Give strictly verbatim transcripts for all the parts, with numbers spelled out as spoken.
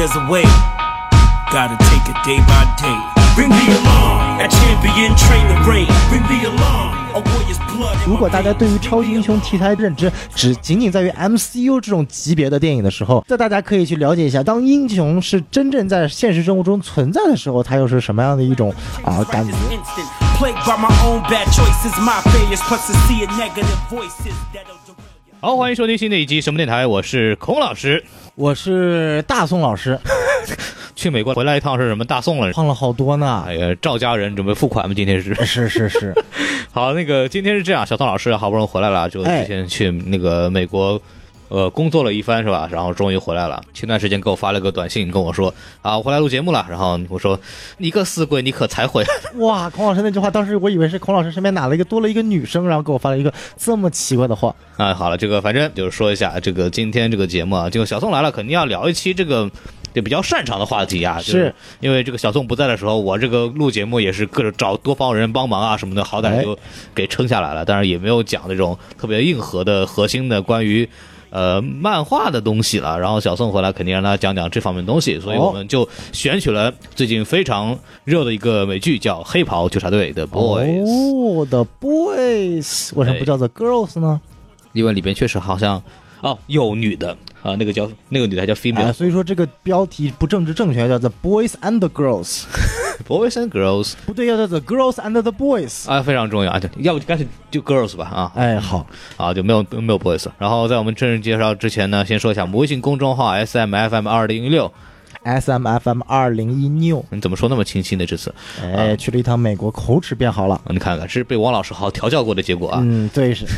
there's a way. Gotta take it day by day. Bring the alarm. A champion train the rain. Bring the alarm. 如果大家对于超级英雄题材认知只仅仅在于 M C U 这种级别的电影的时候，那大家可以去了解一下，当英雄是真正在现实生活中存在的时候，它又是什么样的一种啊感觉。 好，欢迎收听新的一集什么电台，我是孔老师， 我是大宋老师。 去美国回来一趟是什么大宋了？ 胖了好多呢。 哎呀，赵家人准备付款吗？今天是是是是。 好，那个今天是这样，小宋老师好不容易回来了，就之前去那个美国。呃，工作了一番是吧？然后终于回来了。前段时间给我发了个短信，跟我说啊，我回来录节目了。然后我说，你个死鬼，你可才回来？ 哇，孔老师那句话，当时我以为是孔老师身边哪了一个多了一个女生，然后给我发了一个这么奇怪的话。 啊，好了，这个反正就是说一下，这个今天这个节目啊，就小宋来了，肯定要聊一期这个。就比较擅长的话题啊，就是因为这个小宋不在的时候，我这个录节目也是各种找多方人帮忙啊什么的，好歹就给撑下来了。当然也没有讲那种特别硬核的核心的关于呃漫画的东西了。然后小宋回来肯定让他讲讲这方面的东西，所以我们就选取了最近非常热的一个美剧，叫《黑袍纠察队》的 Boys。 哦，的 Boys， 为什么不叫 The Girls 呢？ 因为里边确实好像哦有女的。啊，那个叫那个女的叫 female，、 啊、所以说这个标题不政治正确，叫 The Boys and the Girls。Boys and Girls 不对，要叫 The Girls and the Boys 啊，非常重要啊，要不干脆就 Girls 吧啊。 哎，好啊，就没有没有 Boys。然后在我们正式介绍之前呢，先说一下我们微信公众号 S M F M 二零一六。 S M F M 二零一六， 你怎么说那么清新的这次？ 哎，啊、去了一趟美国，口齿变好了。 你看看，是被王老师好好调教过的结果啊。 嗯，对是。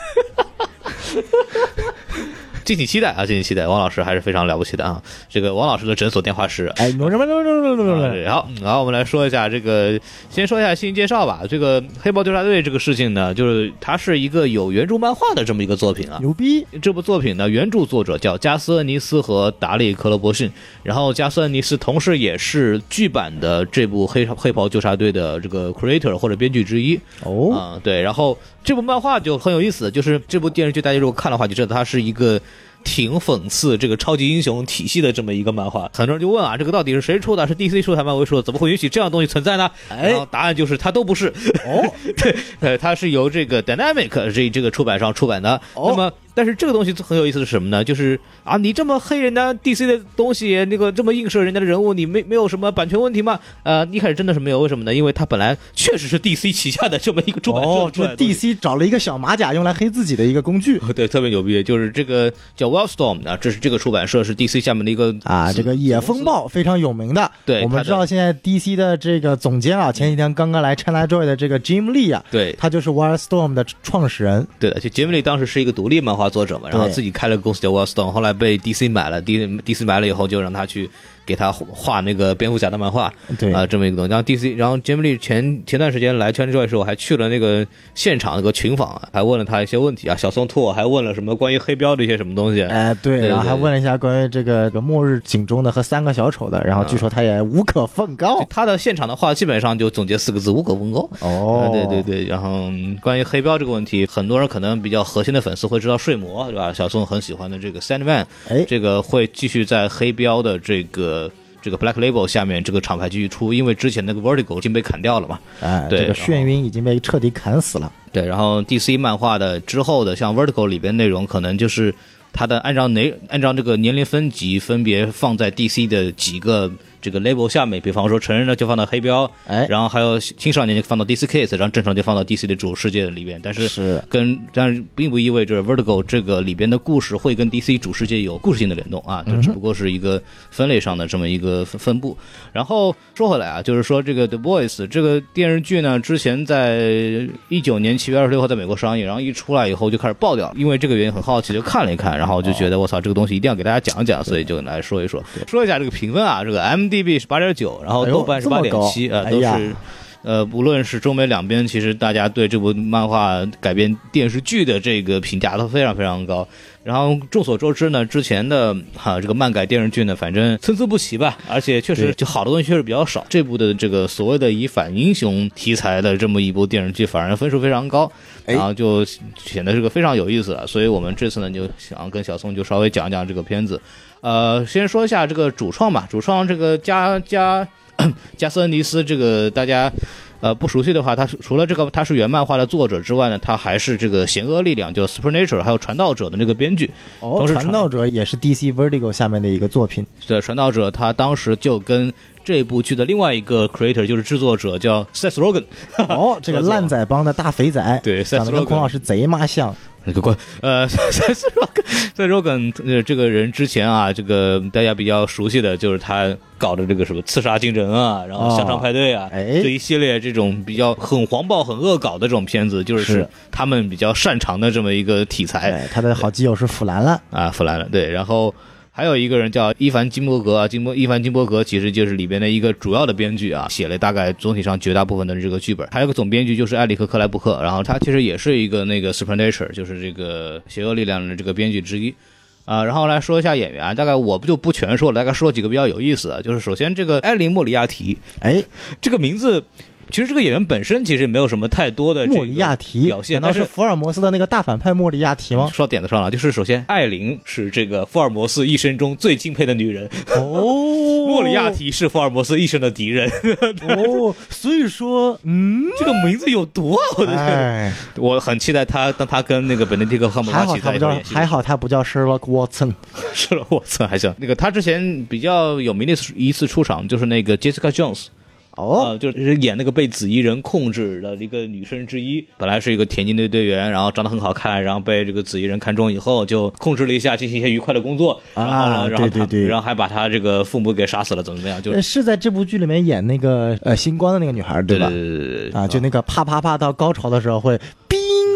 敬请期待啊！敬请期待，王老师还是非常了不起的啊！这个王老师的诊所电话是哎，什么什么什么什么？ 好，然后我们来说一下这个，先说一下信息介绍吧。这个黑袍纠察队这个事情呢，就是它是一个有原著漫画的这么一个作品啊， 牛逼！ 这部作品呢，原著作者叫加斯恩尼斯和达利克罗伯逊，然后加斯恩尼斯同时也是剧版的这部黑黑袍纠察队的这个 creator 或者编剧之一哦， 啊、呃，对，然后这部漫画就很有意思，就是这部电视剧大家如果看的话，就知道它是一个。挺讽刺这个超级英雄体系的这么一个漫画，很多人就问啊，这个到底是谁出的？是 D C 出的还是漫威出的？怎么会允许这样的东西存在呢？ 哎， 然后答案就是它都不是。 哦， 对，呃，它是由这个 Dynamic 这这个出版商出版的。 哦， 那么。但是这个东西很有意思的是什么呢？就是啊，你这么黑人家 D C 的东西，那个这么映射人家的人物，你没没有什么版权问题吗？呃，一开始真的是没有，为什么呢？因为它本来确实是 D C 旗下的这么一个出版社， 哦，这 D C 找了一个小马甲用来黑自己的一个工具， 对，特别牛逼。就是这个叫 Wildstorm 啊，这是这个出版社是 D C 下面的一个啊，这个野风暴非常有名的。 对， 我们知道现在 D C 的这个总监啊，前几天刚刚来 ChinaJoy 的这个 Jim Lee 啊， 对， 他就是 Wildstorm 的创始人。 对的，就 Jim Lee 当时是一个独立漫画作者嘛，然后自己开了个公司叫 Wildstorm， 后来被 D C 买了 ，D D C 买了以后就让他去给他画那个蝙蝠侠的漫画， 对啊、呃，这么一个东西。然后 D C， 然后 Jim Lee 前前段时间来 ChinaJoy 的时候，我还去了那个现场那个群访，还问了他一些问题啊。小宋托我还问了什么关于黑标的一些什么东西， 哎、呃，对，然后还问了一下关于这个末日警钟的和三个小丑的，然后据说他也无可奉告。 他的现场的话基本上就总结四个字：无可奉告。 哦、 呃，对对对。然后关于黑标这个问题，很多人可能比较核心的粉丝会知道睡魔，对吧？小宋很喜欢的这个 Sandman， 哎， 这个会继续在黑标的这个。这个 Black Label 下面这个厂牌继续出，因为之前那个 Vertigo 已经被砍掉了嘛， 哎， 对， 这个眩晕已经被彻底砍死了。 对，然后 D C 漫画的之后的像 Vertigo 里边内容，可能就是它的按照哪按照这个年龄分级分别放在 D C 的几个这个 label 下面，比方说成人的就放到黑标， 哎， 然后还有青少年就放到 D C Kids， 然后正常就放到 D C 的主世界里边。但是是跟但是并不意味着 Vertigo 这个里边的故事会跟 D C 主世界有故事性的联动啊，就只不过是一个分类上的这么一个分布。然后说回来啊，就是说这个 The Boys 这个电视剧呢，之前在一九年七月二十六号在美国上映，然后一出来以后就开始爆掉，因为这个原因很好奇就看了一看，然后就觉得我操这个东西一定要给大家讲一讲，所以就来说一说，说一下这个评分啊，这个 M D B 是八点九，然后豆瓣是八点七啊，都是呃，无论是中美两边，其实大家对这部漫画改编电视剧的这个评价都非常非常高。然后众所周知呢，之前的哈、啊、这个漫改电视剧呢，反正参差不齐吧，而且确实就好的东西确实比较少。这部的这个所谓的以反英雄题材的这么一部电视剧，反而分数非常高，然后就显得这个非常有意思了。所以我们这次呢，就想跟小宋就稍微讲一讲这个片子。呃，先说一下这个主创吧，主创这个加加加斯恩尼斯，这个大家。呃，不熟悉的话，他除了这个他是原漫画的作者之外呢，他还是这个邪恶力量，就 Supernatural 还有传道者的那个编剧。 哦，传道者也是 D C Vertigo 下面的一个作品。 对，传道者他当时就跟这部剧的另外一个 creator 就是制作者叫 Seth Rogen。 哦，这个烂仔帮的大肥仔， 对， 长得跟孔老师贼妈像。 那个关呃，塞斯罗根，塞斯罗根呃，这个人之前啊，这个大家比较熟悉的就是他搞的这个什么刺杀京城啊，然后香肠派对啊， 哦哎、 这一系列这种比较很黄暴、很恶搞的这种片子，就是他们比较擅长的这么一个题材。 哎、他的好基友是弗兰了啊，弗兰了，对，然后。还有一个人叫伊凡金伯格啊，金伯伊凡金伯格其实就是里边的一个主要的编剧啊，写了大概总体上绝大部分的这个剧本。还有个总编剧就是艾里克克莱布克，然后他其实也是一个那个 Supernatural， 就是这个邪恶力量的这个编剧之一啊。然后来说一下演员，大概我就不全说了，大概说几个比较有意思的，就是首先这个艾琳莫里亚提， 哎， 这个名字。其实这个演员本身其实没有什么太多的莫里亚提表现， 难道是福尔摩斯的那个大反派莫里亚提吗？ 说到点子上了，就是首先艾琳是这个福尔摩斯一生中最敬佩的女人哦，莫里亚提是福尔摩斯一生的敌人哦，所以说，嗯， 这个名字有毒啊！我的天，我很期待他当他跟那个本尼迪克·汉姆巴奇在一起演戏。 还好他不叫 Sherlock Watson， Sherlock Watson 还行。那个他之前比较有名的一次出场就是那个 Jessica Jones。 哦、 呃，就是演那个被紫衣人控制的一个女生之一，本来是一个田径队队员，然后长得很好看，然后被这个紫衣人看中以后，就控制了一下，进行一些愉快的工作，然后呢， 啊、 然后对对对， 然后还把他这个父母给杀死了，怎么怎么样？就是是在这部剧里面演那个呃星光的那个女孩，对吧？ 对对对对对啊，就那个啪啪啪到高潮的时候会冰。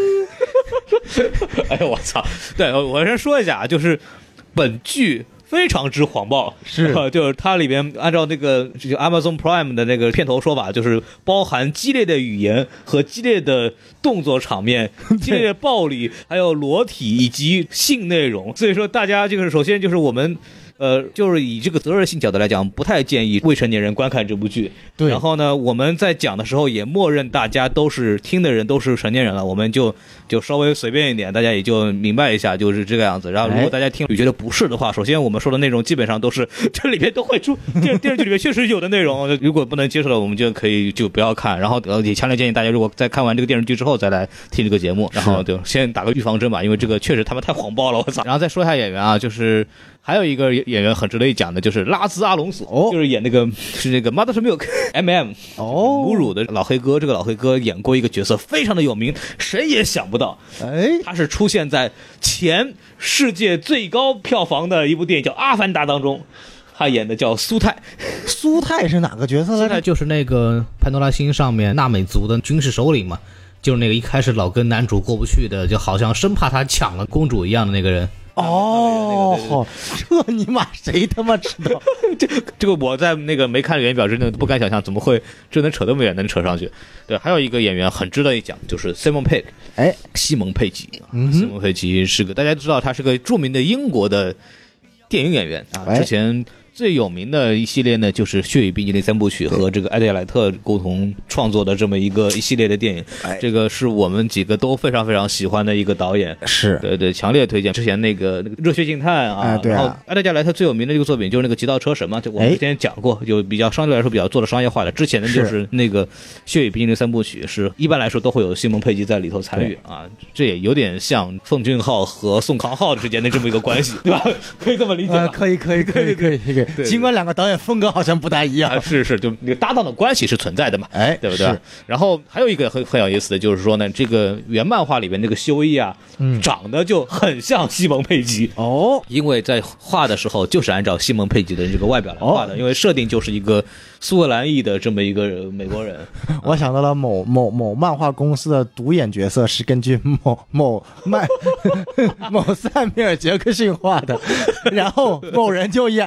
哎呦我操！对，我先说一下，就是本剧。非常之黄暴， 是、 呃，就是它里边按照那个就 Amazon Prime 的那个片头说法，就是包含激烈的语言和激烈的动作场面、激烈的暴力，还有裸体以及性内容。所以说，大家就是首先就是我们。呃，就是以这个责任性角度来讲，不太建议未成年人观看这部剧。 对。 然后呢，我们在讲的时候也默认大家都是听的人都是成年人了，我们就就稍微随便一点，大家也就明白一下，就是这个样子。然后，如果大家听觉得不适的话，首先我们说的内容基本上都是这里面都会出电电视剧里面确实有的内容。如果不能接受的，我们就可以就不要看。然后呃，也强烈建议大家，如果在看完这个电视剧之后再来听这个节目，然后就先打个预防针吧，因为这个确实他们太黄暴了，我操！然后再说一下演员啊，就是。还有一个演员很值得一讲的，就是拉兹阿隆索，哦、就是演那个是那个 Mother's Milk M M 哦母乳的老黑哥。这个老黑哥演过一个角色，非常的有名，谁也想不到， 哎， 他是出现在前世界最高票房的一部电影叫《阿凡达》当中。他演的叫苏泰， 苏泰是哪个角色来着？ 苏泰就是那个潘多拉星上面纳美族的军事首领嘛，就是那个一开始老跟男主过不去的，就好像生怕他抢了公主一样的那个人。 哦，好，这尼玛谁他妈知道？ 这这个我在那个没看原表之前不敢想象，怎么会这能扯这么远，能扯上去？对，还有一个演员很值得一讲，就是 Simon Pegg， 哎， 西蒙佩吉。 嗯， 西蒙佩吉是个大家知道他是个著名的英国的电影演员啊， 哎、 之前。最有名的一系列呢，就是《血与冰激凌》三部曲和这个艾德莱特共同创作的这么一个一系列的电影， 哎、 这个是我们几个都非常非常喜欢的一个导演， 是对对，强烈推荐。之前那个那个《热血警探》啊， 哎、对啊， 然后艾德莱特最有名的这个作品就是那个《极道车神》嘛，就我们之前讲过，就比较相对来说比较做的商业化的。之前的就是那个《血与冰激凌》三部曲，是一般来说都会有西蒙佩吉在里头参与啊，这也有点像奉俊昊和宋康昊之间的这么一个关系，对吧？可以这么理解吧？ 呃、可以可以可以可以可以，可以尽管两个导演风格好像不大一样， 啊、是是，就那个搭档的关系是存在的嘛， 哎， 对不对？然后还有一个很很有意思的就是说呢，这个原漫画里边这个修一啊， 嗯， 长得就很像西蒙佩吉哦， 因为在画的时候就是按照西蒙佩吉的这个外表来画的， 哦、 因为设定就是一个苏格兰裔的这么一个美国人。 我想到了某某某漫画公司的独眼角色是根据某某麦某塞米尔杰克逊画的，然后某人就演了这个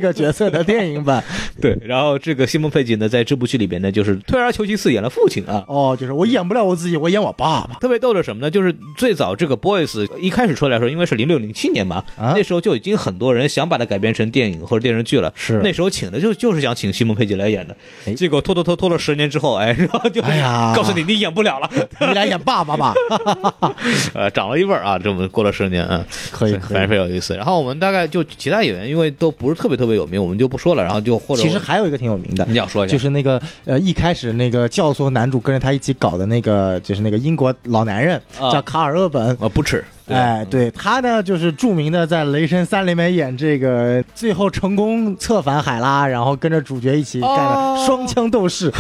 个角色的电影版。 对，然后这个西蒙佩吉呢，在这部剧里边呢，就是退而求其次演了父亲啊。 哦，就是我演不了我自己，我演我爸爸。 特别逗的什么呢？就是最早这个 Boys 一开始出来的时候，因为是零六零七年嘛，啊、那时候就已经很多人想把它改编成电影或者电视剧了。 是那时候请的就就是想请西蒙佩吉来演的，结果拖拖拖拖了十年之后，哎，然后就哎呀， 告诉你你演不了了， 你来演爸爸吧。 呃，长了一辈儿啊，这么过了十年啊， 可以， 反正非常有意思。然后我们大概就其他演员，因为都不是特别特别有名，我们就不说了。然后就或者其实还有一个挺有名的， 你想说一下， 就是那个呃一开始那个教唆男主跟着他一起搞的那个，就是那个英国老男人、啊、叫卡尔厄本啊，不吃。 哎，对他呢，就是著名的在《雷神三》里面演这个，最后成功策反海拉，然后跟着主角一起干的双枪斗士。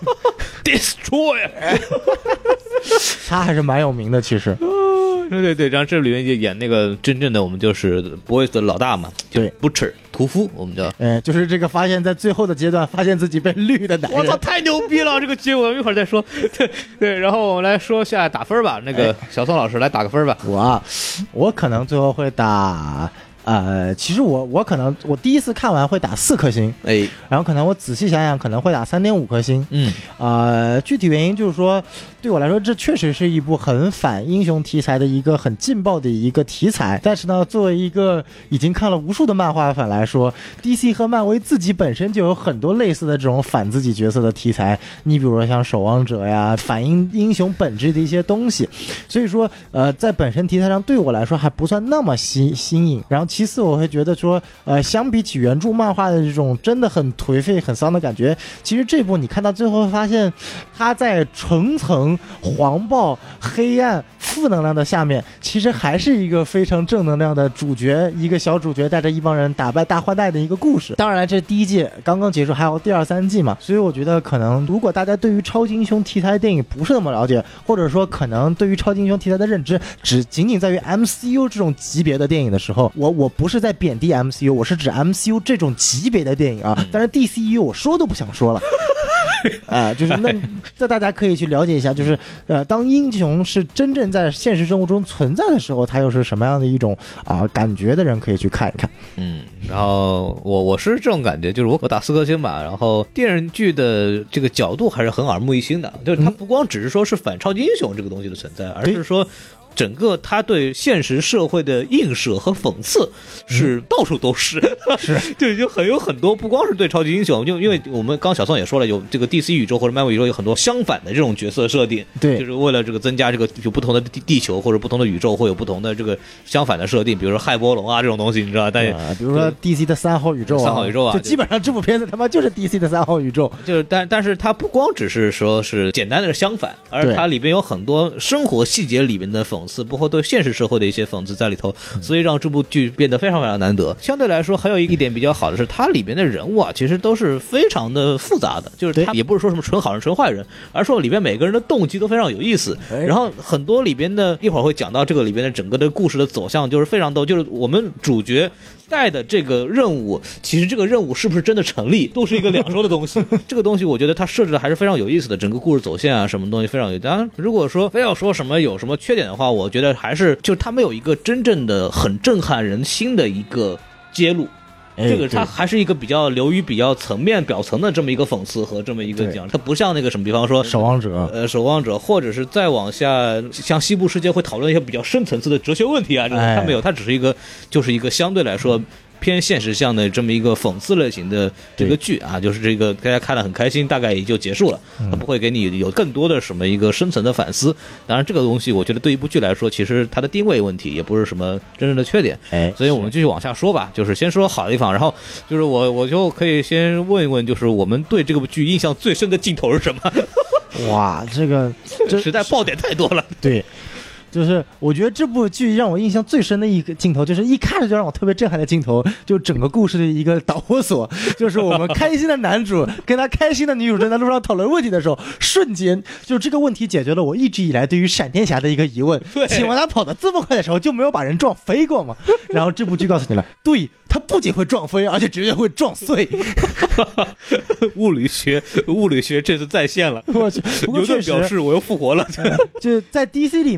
Destroy， 他还是蛮有名的，其实。 对对对，然后这里面就演那个真正的我们就是 Boys 的老大嘛， 对 ，Butcher 屠夫，我们叫， 哎，就是这个发现，在最后的阶段发现自己被绿的男人， 我操，太牛逼了！这个结果我们一会儿再说。对对，然后我们来说下打分吧，那个小宋老师来打个分吧。 我我可能最后会打。呃，其实我我可能我第一次看完会打四颗星， 哎， 然后可能我仔细想想可能会打三点五颗星， 嗯， 呃，具体原因就是说，对我来说这确实是一部很反英雄题材的一个很劲爆的一个题材，但是呢，作为一个已经看了无数的漫画粉来说 ，D C 和漫威自己本身就有很多类似的这种反自己角色的题材，你比如说像守望者呀，反映英雄本质的一些东西，所以说，呃，在本身题材上对我来说还不算那么新新颖，然后。其次我会觉得说呃相比起原著漫画的这种真的很颓废很丧的感觉，其实这部你看到最后会发现它在层层黄暴黑暗负能量的下面其实还是一个非常正能量的主角，一个小主角带着一帮人打败大坏蛋的一个故事。当然这第一季刚刚结束，还有第二三季嘛，所以我觉得可能如果大家对于超级英雄题材电影不是那么了解，或者说可能对于超级英雄题材的认知只仅仅在于 M C U 这种级别的电影的时候，我我不是在贬低 M C U， 我是指 M C U 这种级别的电影啊，但是 D C U 我说都不想说了。啊、呃，就是那，这大家可以去了解一下，就是呃，当英雄是真正在现实生活中存在的时候，他又是什么样的一种啊、呃、感觉的人，可以去看一看。 嗯，然后我我是这种感觉，就是我我打四颗星吧，然后电视剧的这个角度还是很耳目一新的，就是它不光只是说是反超级英雄这个东西的存在，而是说。整个他对现实社会的映射和讽刺是到处都是，嗯、是就就很有很多，不光是对超级英雄，就因为我们刚小宋也说了，有这个 D C 宇宙或者漫威宇宙有很多相反的这种角色设定， 对， 就是为了这个增加这个有不同的地地球或者不同的宇宙会有不同的这个相反的设定，比如说骇波龙啊这种东西，你知道？但、 啊、比如说 D C 的三号宇宙、啊， 三号宇宙啊， 就基本上这部片子他妈就是 D C 的三号宇宙， 就是但但是它不光只是说是简单的相反，而它里边有很多生活细节里面的讽刺，包括对现实社会的一些讽刺在里头，所以让这部剧变得非常非常难得。相对来说，还有一点比较好的是，它里边的人物啊，其实都是非常的复杂的，就是他也不是说什么纯好人纯坏人，而是说里边每个人的动机都非常有意思。然后很多里边的，一会儿会讲到这个里边的整个的故事的走向，就是非常逗，就是我们主角带的这个任务，其实这个任务是不是真的成立，都是一个两说的东西。这个东西我觉得它设置的还是非常有意思的，整个故事走线啊，什么东西非常有意思。当然，如果说非要说什么有什么缺点的话，我觉得还是就它没有一个真正的很震撼人心的一个揭露。这个它还是一个比较流于比较层面表层的这么一个讽刺和这么一个讲，它不像那个什么，比方说守望者， 呃，守望者，或者是再往下，像西部世界会讨论一些比较深层次的哲学问题啊，这种它没有，它只是一个就是一个相对来说偏现实向的这么一个讽刺类型的这个剧啊，就是这个大家看得很开心，大概也就结束了，它不会给你有更多的什么一个深层的反思。当然，这个东西我觉得对一部剧来说，其实它的定位问题也不是什么真正的缺点。 哎， 所以我们继续往下说吧，就是先说好的地方，然后就是我我就可以先问一问，就是我们对这部剧印象最深的镜头是什么？ 哇，这个这实在爆点太多了。 对。就是我觉得这部剧让我印象最深的一个镜头，就是一开始就让我特别震撼的镜头，就整个故事的一个导火索，就是我们开心的男主跟他开心的女主正在路上讨论问题的时候，瞬间就这个问题解决了我一直以来对于闪电侠的一个疑问，请问他跑得这么快的时候就没有把人撞飞过吗？然后这部剧告诉你了，对，他不仅会撞飞，而且直接会撞碎。 物理学物理学这次再现了， 我去， 牛顿表示我又复活了。 就在 D C 里面，因为他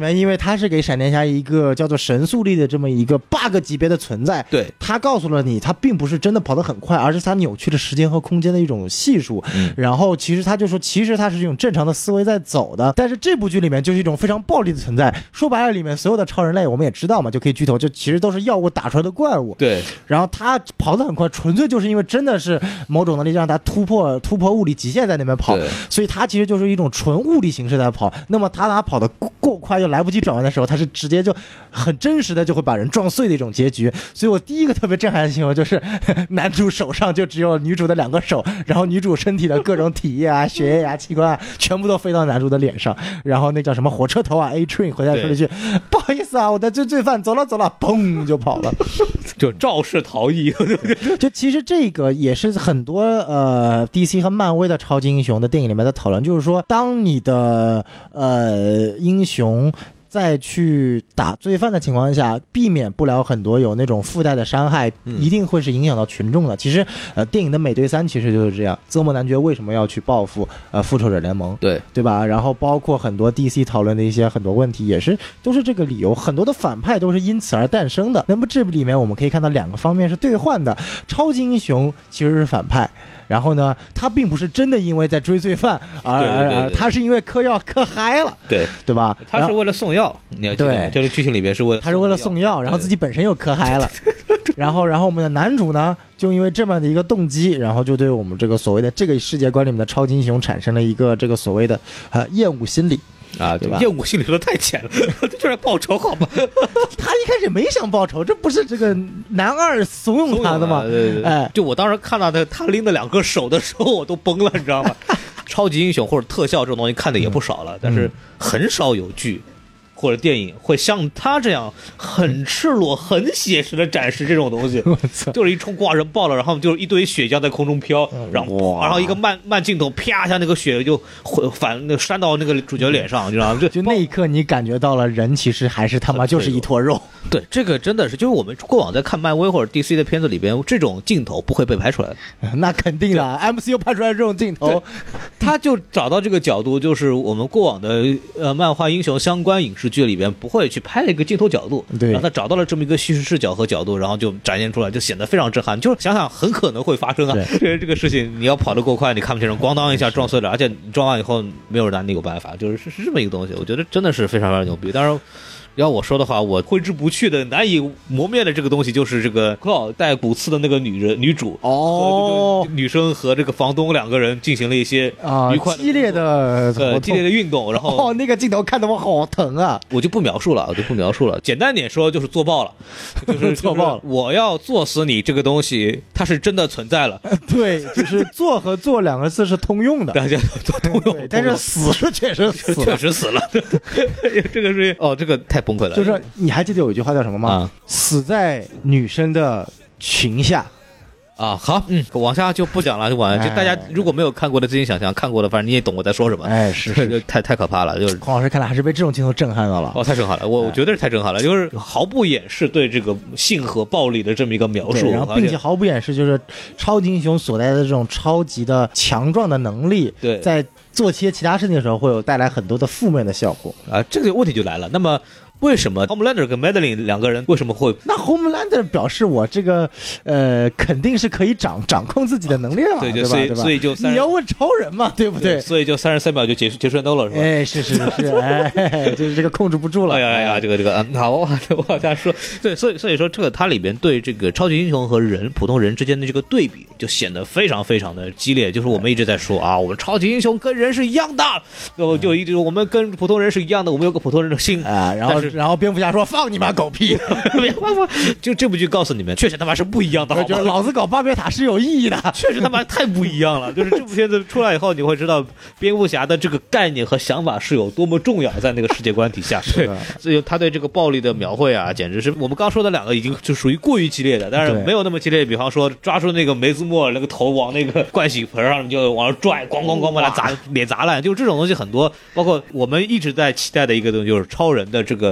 他是给闪电侠一个叫做神速力的这么一个 bug 级别的存在。 对， 他告诉了你，他并不是真的跑得很快，而是他扭曲了时间和空间的一种系数。嗯，然后其实他就说，其实他是用正常的思维在走的。但是这部剧里面就是一种非常暴力的存在。说白了，里面所有的超人类我们也知道嘛，就可以剧透，就其实都是药物打出来的怪物。 对， 然后他跑得很快，纯粹就是因为真的是某种能力让他突破突破物理极限在那边跑，所以他其实就是一种纯物理形式在跑。那么他他跑得过快又来不及转弯的时候，他是直接就很真实的就会把人撞碎的一种结局。所以我第一个特别震撼的新闻就是男主手上就只有女主的两个手，然后女主身体的各种体液啊、血液啊、器官啊全部都飞到男主的脸上，然后那叫什么火车头啊 A Train 回来说了一句不好意思啊，我的罪罪犯走了走了，嘣就跑了， 就肇事逃逸。 就其实这个也是很多呃 D C 和漫威的超级英雄的电影里面的讨论，就是说当你的呃英雄在去打罪犯的情况下，避免不了很多有那种附带的伤害，一定会是影响到群众的。其实，呃，电影的美队三其实就是这样。泽莫男爵为什么要去报复呃复仇者联盟？ 对对吧？然后包括很多 D C 讨论的一些很多问题，也是都是这个理由。很多的反派都是因此而诞生的。那么这里面我们可以看到两个方面是兑换的，超级英雄其实是反派。然后呢，他并不是真的因为在追罪犯，而而他是因为嗑药嗑嗨了， 对对吧？ 他是为了送药，你要记得，这个剧情里面是为了他是为了送药，然后自己本身又嗑嗨了，然后然后我们的男主呢，就因为这么的一个动机，然后就对我们这个所谓的这个世界观里面的超级英雄产生了一个这个所谓的呃厌恶心理。 啊， 对吧？ 厌恶心理说的太浅了，就是报仇好吧？ 他一开始没想报仇，这不是这个男二怂恿他的吗？ 对对对， 哎， 就我当时看到他他拎的两个手的时候，我都崩了，你知道吗？超级英雄或者特效这种东西看的也不少了，嗯、但是很少有剧。或者电影会像他这样很赤裸、很写实的展示这种东西，就是一冲挂人爆了，然后就是一堆血浆在空中飘，然后然后一个慢慢镜头，啪一下那个血就反那扇到那个主角脸上，你知道吗？就就那一刻你感觉到了人其实还是他妈就是一坨肉。 对，这个真的是，就是我们过往在看漫威或者 D C 的片子里边，这种镜头不会被拍出来的。 那肯定的 ，M C U 拍出来这种镜头， 他就找到这个角度，就是我们过往的呃漫画英雄相关影视剧里边不会去拍的一个镜头角度。 对， 然后他找到了这么一个叙事视角和角度，然后就展现出来，就显得非常震撼。就是想想很可能会发生啊，这这个事情你要跑得够快，你看不清人，咣当一下撞碎了，而且你撞完以后没有人拿你有办法，就是是是这么一个东西。我觉得真的是非常非常牛逼。当然。要我说的话，我挥之不去的、难以磨灭的这个东西，就是这个克劳带骨刺的那个女人、女主哦， 和这个女生和这个房东两个人进行了一些愉快的、 啊、激烈的、 呃激烈的运动，然后哦，那个镜头看得我好疼啊！ 我就不描述了，我就不描述了。简单点说，就是做爆了，就是做爆了。 我要做死你这个东西，它是真的存在了。 对，就是做和做两个字是通用的， 大家都通用， 但是死是确实死了， 确实死了。这个是哦，这个太。崩溃了， 就是你还记得有一句话叫什么吗？ 啊、 死在女生的裙下。 啊，好，嗯，往下就不讲了，就完了。就大家如果没有看过的，自己想象；看过的，反正你也懂我在说什么。 哎，是是， 就太太可怕了。就是孔老师看来还是被这种镜头震撼到了。 哦，太震撼了，我我觉得是太震撼了，就是毫不掩饰对这个性和暴力的这么一个描述， 然后并且毫不掩饰就是超级英雄所带的这种超级的强壮的能力， 对， 在做些其他事情的时候会有带来很多的负面的效果啊。这个问题就来了，那么。为什么 Homelander 跟 Madeline 两个人为什么会？ 那 Homelander 表示我这个呃肯定是可以掌掌控自己的能力了嘛， 对对吧？ 所以所以就你要问超人嘛，对不对？ 对所以就三十三秒就结束结束战斗了，是吧？ 哎，是是是，哎，就是这个控制不住了。 哎呀哎呀，这个这个啊，好，我我往下说。对，所以所以说这个它里边对这个超级英雄和人普通人之间的这个对比，就显得非常非常的激烈。就是我们一直在说啊，我们超级英雄跟人是一样的，就就一直我们跟普通人是一样的，我们有个普通人的心啊。然后然后蝙蝠侠说。放你妈狗屁！ 就这部剧告诉你们，确实他妈是不一样的。好就是老子搞巴别塔是有意义的， 确实他妈太不一样了。就是这部片子出来以后，你会知道蝙蝠侠的这个概念和想法是有多么重要，在那个世界观底下。对，所以他对这个暴力的描绘啊，简直是我们刚说的两个已经就属于过于激烈的，但是没有那么激烈。比方说抓住那个梅兹莫尔那个头往那个盥洗盆上就往上拽，咣咣咣把他砸脸砸烂，就是这种东西很多。包括我们一直在期待的一个东西，就是超人的这个。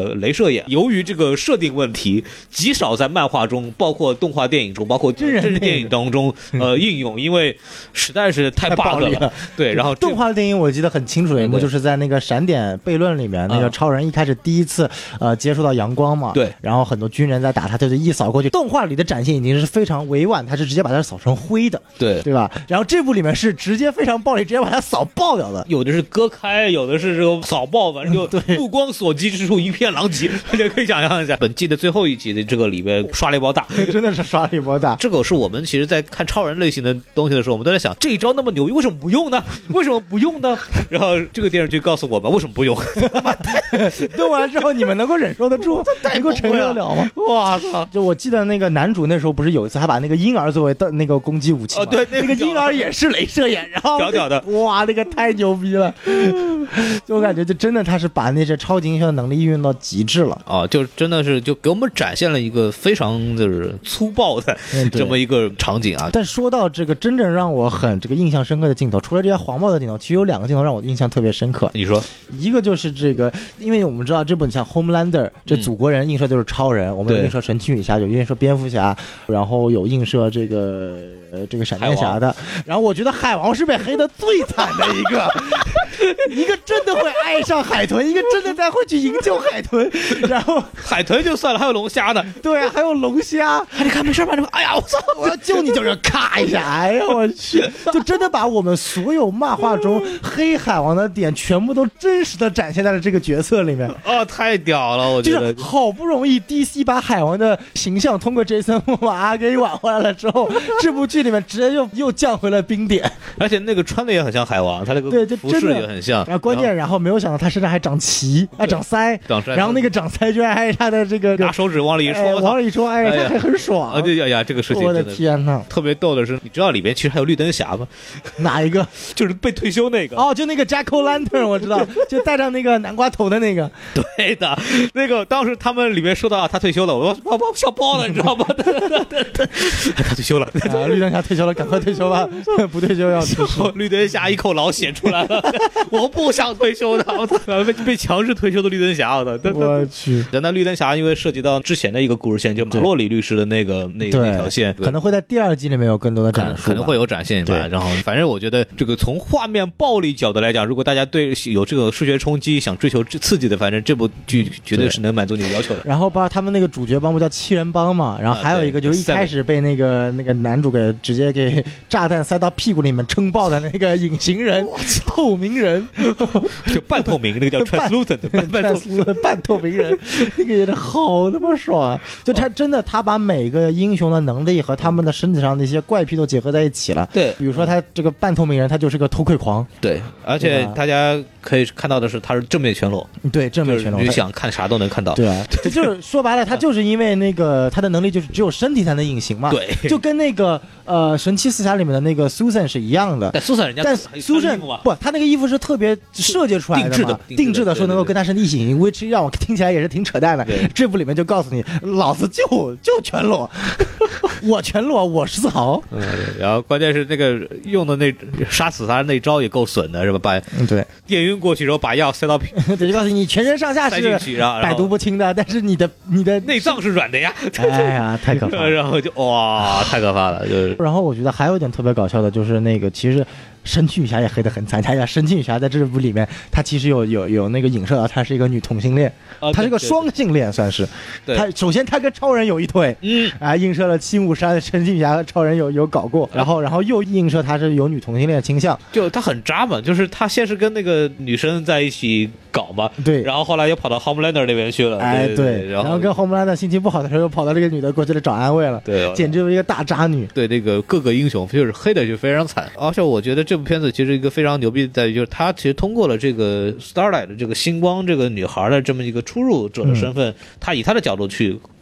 个镭射眼，由于这个设定问题，极少在漫画中，包括动画电影中，包括真人电影当中，呃，应用，因为实在是太 bug 了。了对，然后动画电影我记得很清楚的一幕，就是在那个闪点悖论里面，那个超人一开始第一次呃接触到阳光嘛， 对， 然后很多军人在打他，他就一扫过去。动画里的展现已经是非常委婉，他是直接把他扫成灰的， 对对吧？然后这部里面是直接非常暴力，直接把他扫爆掉的。 有的是割开，有的是这个扫爆，反正就目光所及之处一片狼藉，大家可以想象一下。本季的最后一集的这个里面刷了一波大， 真的是刷了一波大。 这个是我们其实在看超人类型的东西的时候，我们都在想这一招那么牛，为什么不用呢？为什么不用呢？然后这个电视剧告诉我们为什么不用。 用完之后你们能够忍受得住，能够承受得了吗？哇操！就我记得那个男主那时候不是有一次还把那个婴儿作为的那个攻击武器吗？ 哦，对， 那个婴儿也是镭射眼，然后屌屌的， 哇，那个太牛逼了！就我感觉就真的他是把那些超级英雄的能力运用到极致了。 哦，就真的是就给我们展现了一个非常就是粗暴的这么一个场景啊。 但说到这个真正让我很这个印象深刻的镜头，除了这些黄暴的镜头，其实有两个镜头让我印象特别深刻。 你说， 一个就是这个，因为我们知道这部像 Homelander 这祖国人映射就是超人，嗯、我们有映射神奇女侠，有映射蝙蝠侠，然后有映射这个呃这个闪电侠的。然后我觉得海王是被黑的最惨的一个，一个真的会爱上海豚，一个真的在会去营救海豚，然后海豚就算了，还有龙虾呢。 对啊，还有龙虾， 你看没事吧？哎呀，我操！ 我要救你，就是咔一下，哎呀，我去，就真的把我们所有漫画中黑海王的点全部都真实的展现在了这个角色里面。 哦，太屌了，我觉得。 就是好不容易 D C 把海王的形象通过 Jason 莫玛阿给挽回来了之后，这部剧里面直接又又降回了冰点。 而且那个穿的也很像海王，他那个对，就服饰也很像。 然后关键，然后没有想到他身上还长鳍啊，长腮， 长腮。 然后那个长腮居然还是他的这个拿手指往里一戳， 哎、往里一戳，哎，他还很爽。 啊，对呀呀，这个事情我的天哪！ 特别逗的是，你知道里边其实还有绿灯侠吗？ 哪一个？ 就是被退休那个。 哦，就那个 Jack O'Lantern， 我知道，就戴上那个南瓜头的那个。 对的，那个当时他们里面说到他退休了，我说我笑爆了，你知道吗？他退休了， 啊，绿灯侠退休了，赶快退休吧，不退休要出事。 绿灯侠一口老血出来了，我不想退休的，我操，被被强制退休的绿灯侠，我操！ 我去， 那绿灯侠因为涉及到之前的一个故事线，就马洛里律师的那个那那条线， 可能会在第二季里面有更多的展示， 可能会有展现吧。然后，反正我觉得这个从画面暴力角度来讲，如果大家对有这个视觉冲击、想追求刺激的，反正这部剧绝对是能满足你的要求的。 然后包括他们那个主角帮不叫七人帮嘛，然后还有一个就是一开始被那个那个男主给直接给炸弹塞到屁股里面撑爆的那个隐形人、透明人， 就半透明，那个叫 translucent， 半半透半透明人，那个也是好他妈爽啊！就他真的他把每个英雄的能力和他们的身体上的一些怪癖都结合在一起了。 对， 比如说他这个半透明人，他就是个偷窥狂。 对，而且大家可以看到的是，他是正面全裸。 对，正面全裸， 你想看啥都能看到。 对啊，就是说白了，他就是因为那个他的能力就是只有身体才能隐形嘛。 对， 就跟那个呃神奇四侠里面的那个 Susan 是一样的。 但 Susan 人家但 Susan 不，他那个衣服是特别设计出来的嘛，定制的，说能够跟他身体一起隐形 ，which 让我听起来也是挺扯淡的。这部里面就告诉你，老子就就全裸，我全裸，我是自豪。 嗯，然后关键是那个用的那杀死他那招也够损的，是吧？把对电晕过去之后，把药塞到对，就告诉你全身上下是百毒不侵的，但是你的你的内脏是软的呀。 哎呀，太可怕了。 然后就哇，太可怕了，就是。 然后我觉得还有一点特别搞笑的，就是那个其实。神奇女侠也黑得很惨，她呀，神奇女侠在这部里面，她其实有有有那个影射到，她是一个女同性恋， 她是个双性恋，算是。她首先她跟超人有一腿， 嗯， 啊，映射了七武山的神奇女侠和超人有有搞过，然后然后又映射她是有女同性恋倾向， 就她很渣嘛，就是她先是跟那个女生在一起搞嘛， 对， 然后后来又跑到 Homelander 那边去了， 哎对， 对，然后跟 Homelander 心情不好的时候，又跑到这个女的过去来找安慰了， 对， 简直就是一个大渣女。 对，这个各个英雄就是黑的就非常惨，而且我觉得这部片子其实一个非常牛逼在于，就是他其实通过了这个 Starlight 的这个星光这个女孩的这么一个出入者的身份，嗯、他以他的角度去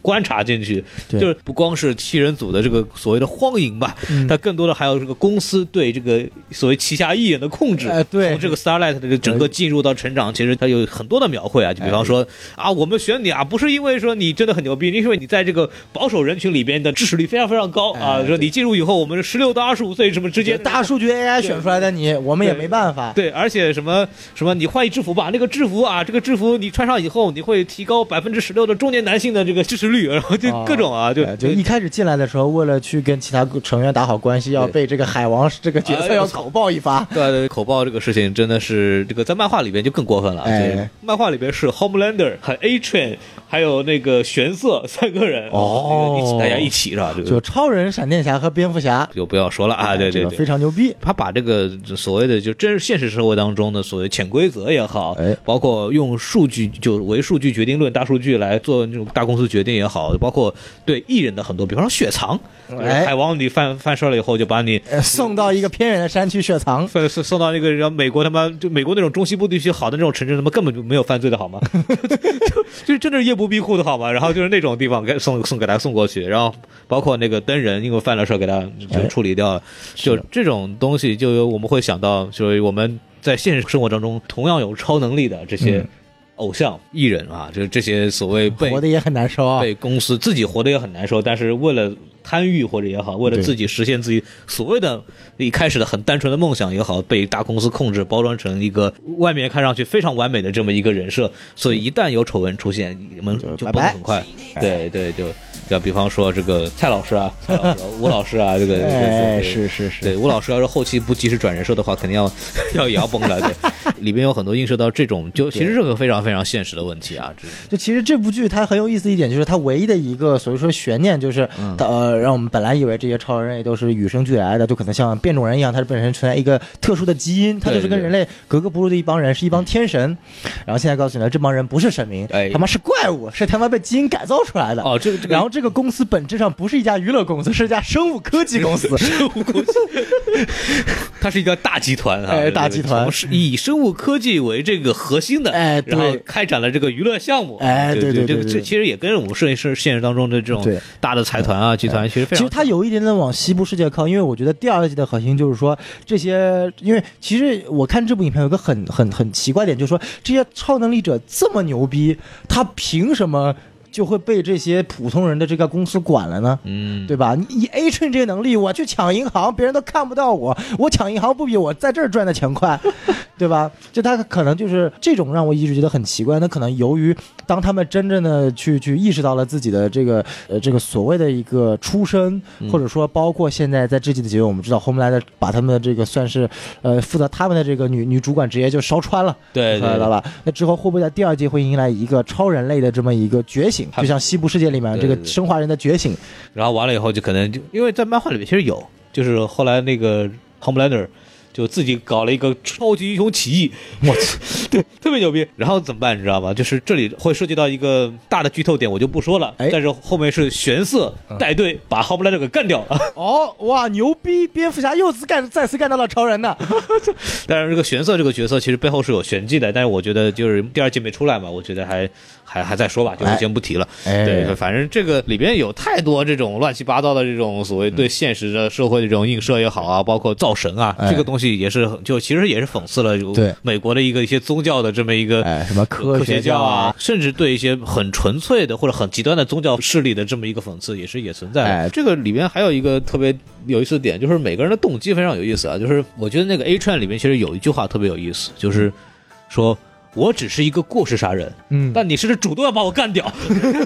观察进去， 对就是不光是七人组的这个所谓的荒淫吧， 嗯它更多的还有这个公司对这个所谓旗下艺人的控制。 哎对从这个 Starlight 的这个整个进入到成长，其实它有很多的描绘啊，就比方说啊，我们选你啊，不是因为说你真的很牛逼，因为你在这个保守人群里边的支持率非常非常高啊， 哎说你进入以后，我们十六到二十五岁什么之间的大数据 A I 选出来的你，我们也没办法。 对，而且什么什么，你换一制服吧，那个制服啊，这个制服你穿上以后，你会提高百分之十六的中年男性的这个支持率，然后就各种啊，就哎就一开始进来的时候，为了去跟其他成员打好关系，要被这个海王这个角色要口爆一发。 对对，口爆这个事情真的是这个在漫画里边就更过分了。 哎对，漫画里边是 Homelander 和 A-Train 还有那个玄色三个人哦一起大家一起是吧？这个就超人、闪电侠和蝙蝠侠， 就不要说了啊，对对对， 这个非常牛逼。 他把这个所谓的就真现实社会当中的所谓潜规则也好， 哎包括用数据就唯数据决定论大数据来做那种大公司决定也好，包括对艺人的很多，比方说雪藏， 哎海王你犯犯事了以后就把你呃送到一个偏远的山区雪藏。 送送送到那个然后美国他妈就美国那种中西部地区好的那种城镇，他妈根本就没有犯罪的好吗？就就是真的是夜不闭户的好吗？然后就是那种地方给送送给他送过去，然后包括那个灯人因为犯了事给他就处理掉了，就这种东西就有我们会想到，就是我们在现实生活当中同样有超能力的这些偶像、艺人啊，就是这些所谓被活得也很难受啊。 被公司自己活得也很难受，但是为了贪欲或者也好，为了自己实现自己所谓的一开始的很单纯的梦想也好，被大公司控制，包装成一个外面看上去非常完美的这么一个人设，所以一旦有丑闻出现，你们就崩得很快。对对，就就比方说这个蔡老师啊，蔡老师、吴老师啊，这个哎，是是是， 对，吴老师要是后期不及时转人设的话，肯定要要也要崩了。对，里边有很多映射到这种，就其实这个非常非常现实的问题啊。 就其实这部剧它很有意思一点，就是它唯一的一个所谓说悬念，就是它呃，让我们本来以为这些超人也都是与生俱来的，就可能像变种人一样，它是本身存在一个特殊的基因，它就是跟人类格格不入的一帮人，是一帮天神。然后现在告诉你了，这帮人不是神明， 哎他妈是怪物，是他妈被基因改造出来的。 哦，这个这个， 然后这个公司本质上不是一家娱乐公司，是一家生物科技公司。 生物公司，它是一个大集团啊， 哎大集团是以生物科技为这个核心的， 哎对然后开展了这个娱乐项目， 哎对对对这个对对这其实也跟我们摄影师现实当中的这种对大的财团啊、集团其实非常， 其实它有一点点往西部世界靠，因为我觉得第二季的核心就是说这些，因为其实我看这部影片有个很很很奇怪点，就是说这些超能力者这么牛逼，他凭什么就会被这些普通人的这个公司管了呢？ 嗯， 对吧？你以 A 趁这个能力，我去抢银行，别人都看不到我，我抢银行不比我在这儿赚的钱快，对吧？就他可能就是这种让我一直觉得很奇怪。那可能由于当他们真正的去去意识到了自己的这个呃这个所谓的一个出身，或者说包括现在在这季的结尾，我们知道后面来的把他们的这个算是呃负责他们的这个女女主管职业就烧穿了， 对对知道吧？那之后会不会在第二季会迎来一个超人类的这么一个觉醒？就像西部世界里面这个生化人的觉醒。 然后完了以后就可能就因为在漫画里面其实有，就是后来那个 Homelander 就自己搞了一个超级英雄起义，我操，对，特别牛逼。然后怎么办，你知道吗？就是这里会涉及到一个大的剧透点，我就不说了。 哎但是后面是玄色带队把 Homelander 给干掉了。 哦，哇，牛逼！蝙蝠侠又次干再次干到了超人呢。 但是这个玄色这个角色其实背后是有玄机的，但是我觉得就是第二季没出来嘛，我觉得还还还在说吧，就先不提了。 哎对，反正这个里边有太多这种乱七八糟的这种所谓对现实的社会的这种映射也好啊，包括造神啊， 哎这个东西也是就其实也是讽刺了对美国的一个一些宗教的这么一个哎，什么科科学教教啊，甚至对一些很纯粹的或者很极端的宗教势力的这么一个讽刺，也是也存在的。 哎这个里边还有一个特别有意思的点，就是每个人的动机非常有意思啊。就是我觉得那个 A Train 里面其实有一句话特别有意思，就是说我只是一个过失杀人， 嗯但你是主动要把我干掉。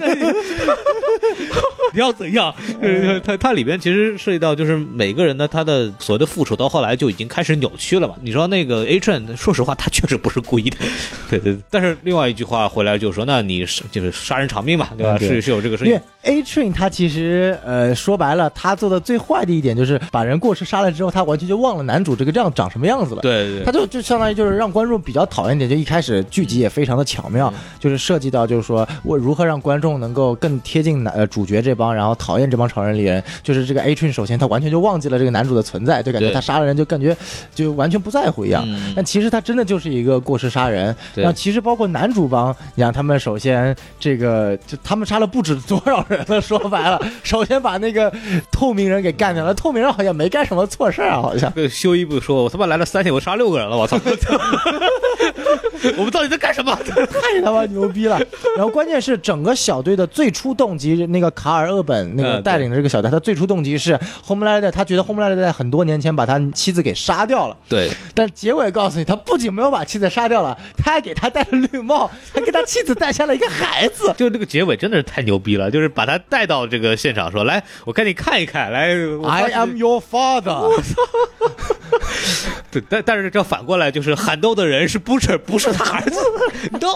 你要怎样？呃，它它里边其实涉及到，就是每个人呢，他的所谓的复仇到后来就已经开始扭曲了嘛。你说那个 A Train，说实话，他确实不是故意的，对对。但是另外一句话回来就是说，那你是就是杀人偿命嘛，对吧？ 对是是有这个事情因为。A Train 他其实呃说白了，他做的最坏的一点就是把人过失杀了之后，他完全就忘了男主这个这样长什么样子了。 对对对， 他就就相当于就是让观众比较讨厌一点，就一开始剧集也非常的巧妙，就是涉及到就是说我如何让观众能够更贴近男呃主角这帮，然后讨厌这帮超人猎人。就是这个 A Train 首先他完全就忘记了这个男主的存在，就感觉他杀了人就感觉就完全不在乎一样。嗯、但其实他真的就是一个过失杀人。然后其实包括男主帮，你看他们首先这个就他们杀了不止多少人了，说白了，首先把那个透明人给干掉了。透明人好像没干什么错事啊，好像。 修一部说，我他妈来了三天，我杀六个人了，我操！我们到底在干什么？ 太他妈牛逼了！然后关键是整个小队的最初动机，那个卡尔·厄本那个带领的这个小队，他最初动机是 Homelander， 他觉得 Homelander 在很多年前把他妻子给杀掉了。 对。 但结尾告诉你，他不仅没有把妻子杀掉了，他还给他戴了绿帽，还给他妻子诞下了一个孩子。 就这个结尾真的是太牛逼了，就是把他带到这个现场说，来，我给你看一看，来 ，I am your father。我操！ 对，但但是这反过来就是喊斗的人是 Butcher， 不是他儿子。No，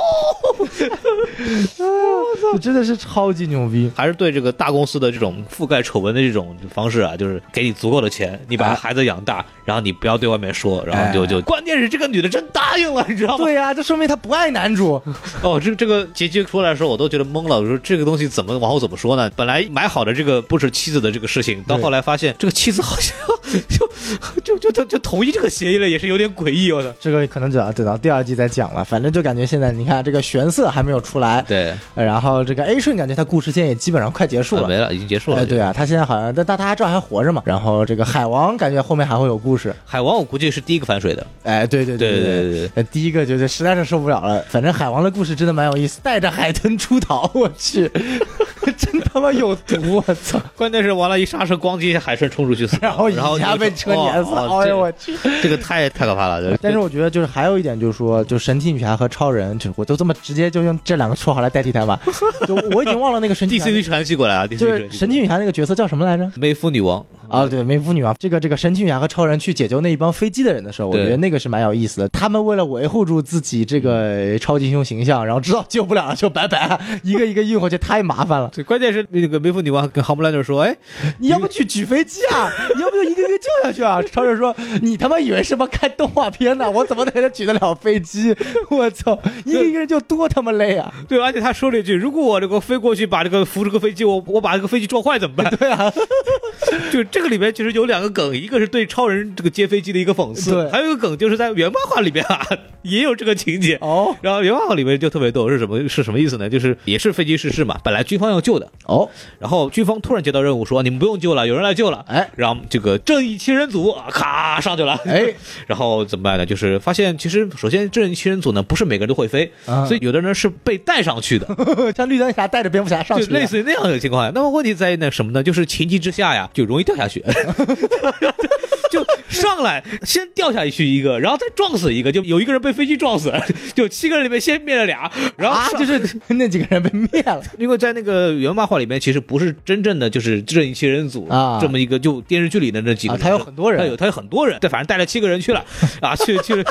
这真的是超级牛逼！ 还是对这个大公司的这种覆盖丑闻的这种方式啊，就是给你足够的钱，你把孩子养大，哎、然后你不要对外面说，然后就就、哎、关键是这个女的真答应了，你知道吗？ 对呀、啊，这说明她不爱男主。 哦，这这个结局出来的时候，我都觉得懵了。我说这个东西怎么往后怎么说呢？本来买好的这个不是妻子的这个事情，到后来发现这个妻子好像就就就就就同意这个协议了，也是有点诡异。我的这个可能就要等到第二季再讲了。反正就感觉现在你看这个玄色还没有出来， 对， 然后这个 A 顺感觉他故事线也基本上快结束了， 啊、没了，已经结束了。 哎，对啊，他现在好像但但他还照还活着嘛。然后这个海王感觉后面还会有故事， 海王我估计是第一个反水的。 哎，对对对对对对对， 第一个就是实在是受不了了。反正海王的故事真的蛮有意思，带着海豚出逃，我去，真他妈有毒！我操！ 关键是完了，一刹车咣叽，海豚冲出去死， 然后然后一下被车碾死， 哦、 哎呦我去， 这个太太可怕了。 但是我觉得就是还有一点就是说，就神奇女侠和超人，就我都这么直接就用这两个绰号来代替他吧。就我已经忘了那个神奇 D C 传奇过来啊， 就是神奇女侠那个角色叫什么来着？ 梅芙女王啊，对，梅芙女王。这个这个神奇女侠和超人去解救那一帮飞机的人的时候，我觉得那个是蛮有意思的。他们为了维护住自己这个超级英雄形象，然后知道救不了了就拜拜，一个一个运回去，太麻烦了。 对，关键是那个梅芙女王跟航母兰德说：“哎， 你要不去举飞机啊？你要不就一个一个救下去啊？”超人说：“你他妈以为是不看动画片呢？我怎么能举得了飞机？我操，一个一个人就多他妈累啊！” 对，而且他说了一句：“如果我这个飞过去把这个扶这个飞机，我我把这个飞机撞坏怎么办？” 对啊， 就这个里面其实有两个梗，一个是对超人这个接飞机的一个讽刺，还有一个梗就是在原漫画里面啊也有这个情节哦。然后原漫画里面就特别逗，是什么是什么意思呢？就是也是飞机失事嘛，本来军方要救的哦，然后军方突然接到任务说你们不用救了，有人来救了，哎，然后这个正义七人组咔上去了，哎，然后怎么办呢？就是发现其实首先正义七人组呢不是每个人都会飞，啊、所以有的人是被带上去的， 像绿灯侠带着蝙蝠侠上去， 就类似于那样的情况下。那么问题在于那什么呢？就是情急之下呀，就容易掉下去。就上来先掉下去一个，然后再撞死一个，就有一个人被飞机撞死，就七个人里面先灭了俩，然后、 啊、就是那几个人被灭了。 因为在那个原漫画里面，其实不是真正的就是正义七人组啊，这么一个就电视剧里的那几个人， 啊、他有很多人， 他有他有很多人，对，反正带了七个人去了啊，去去。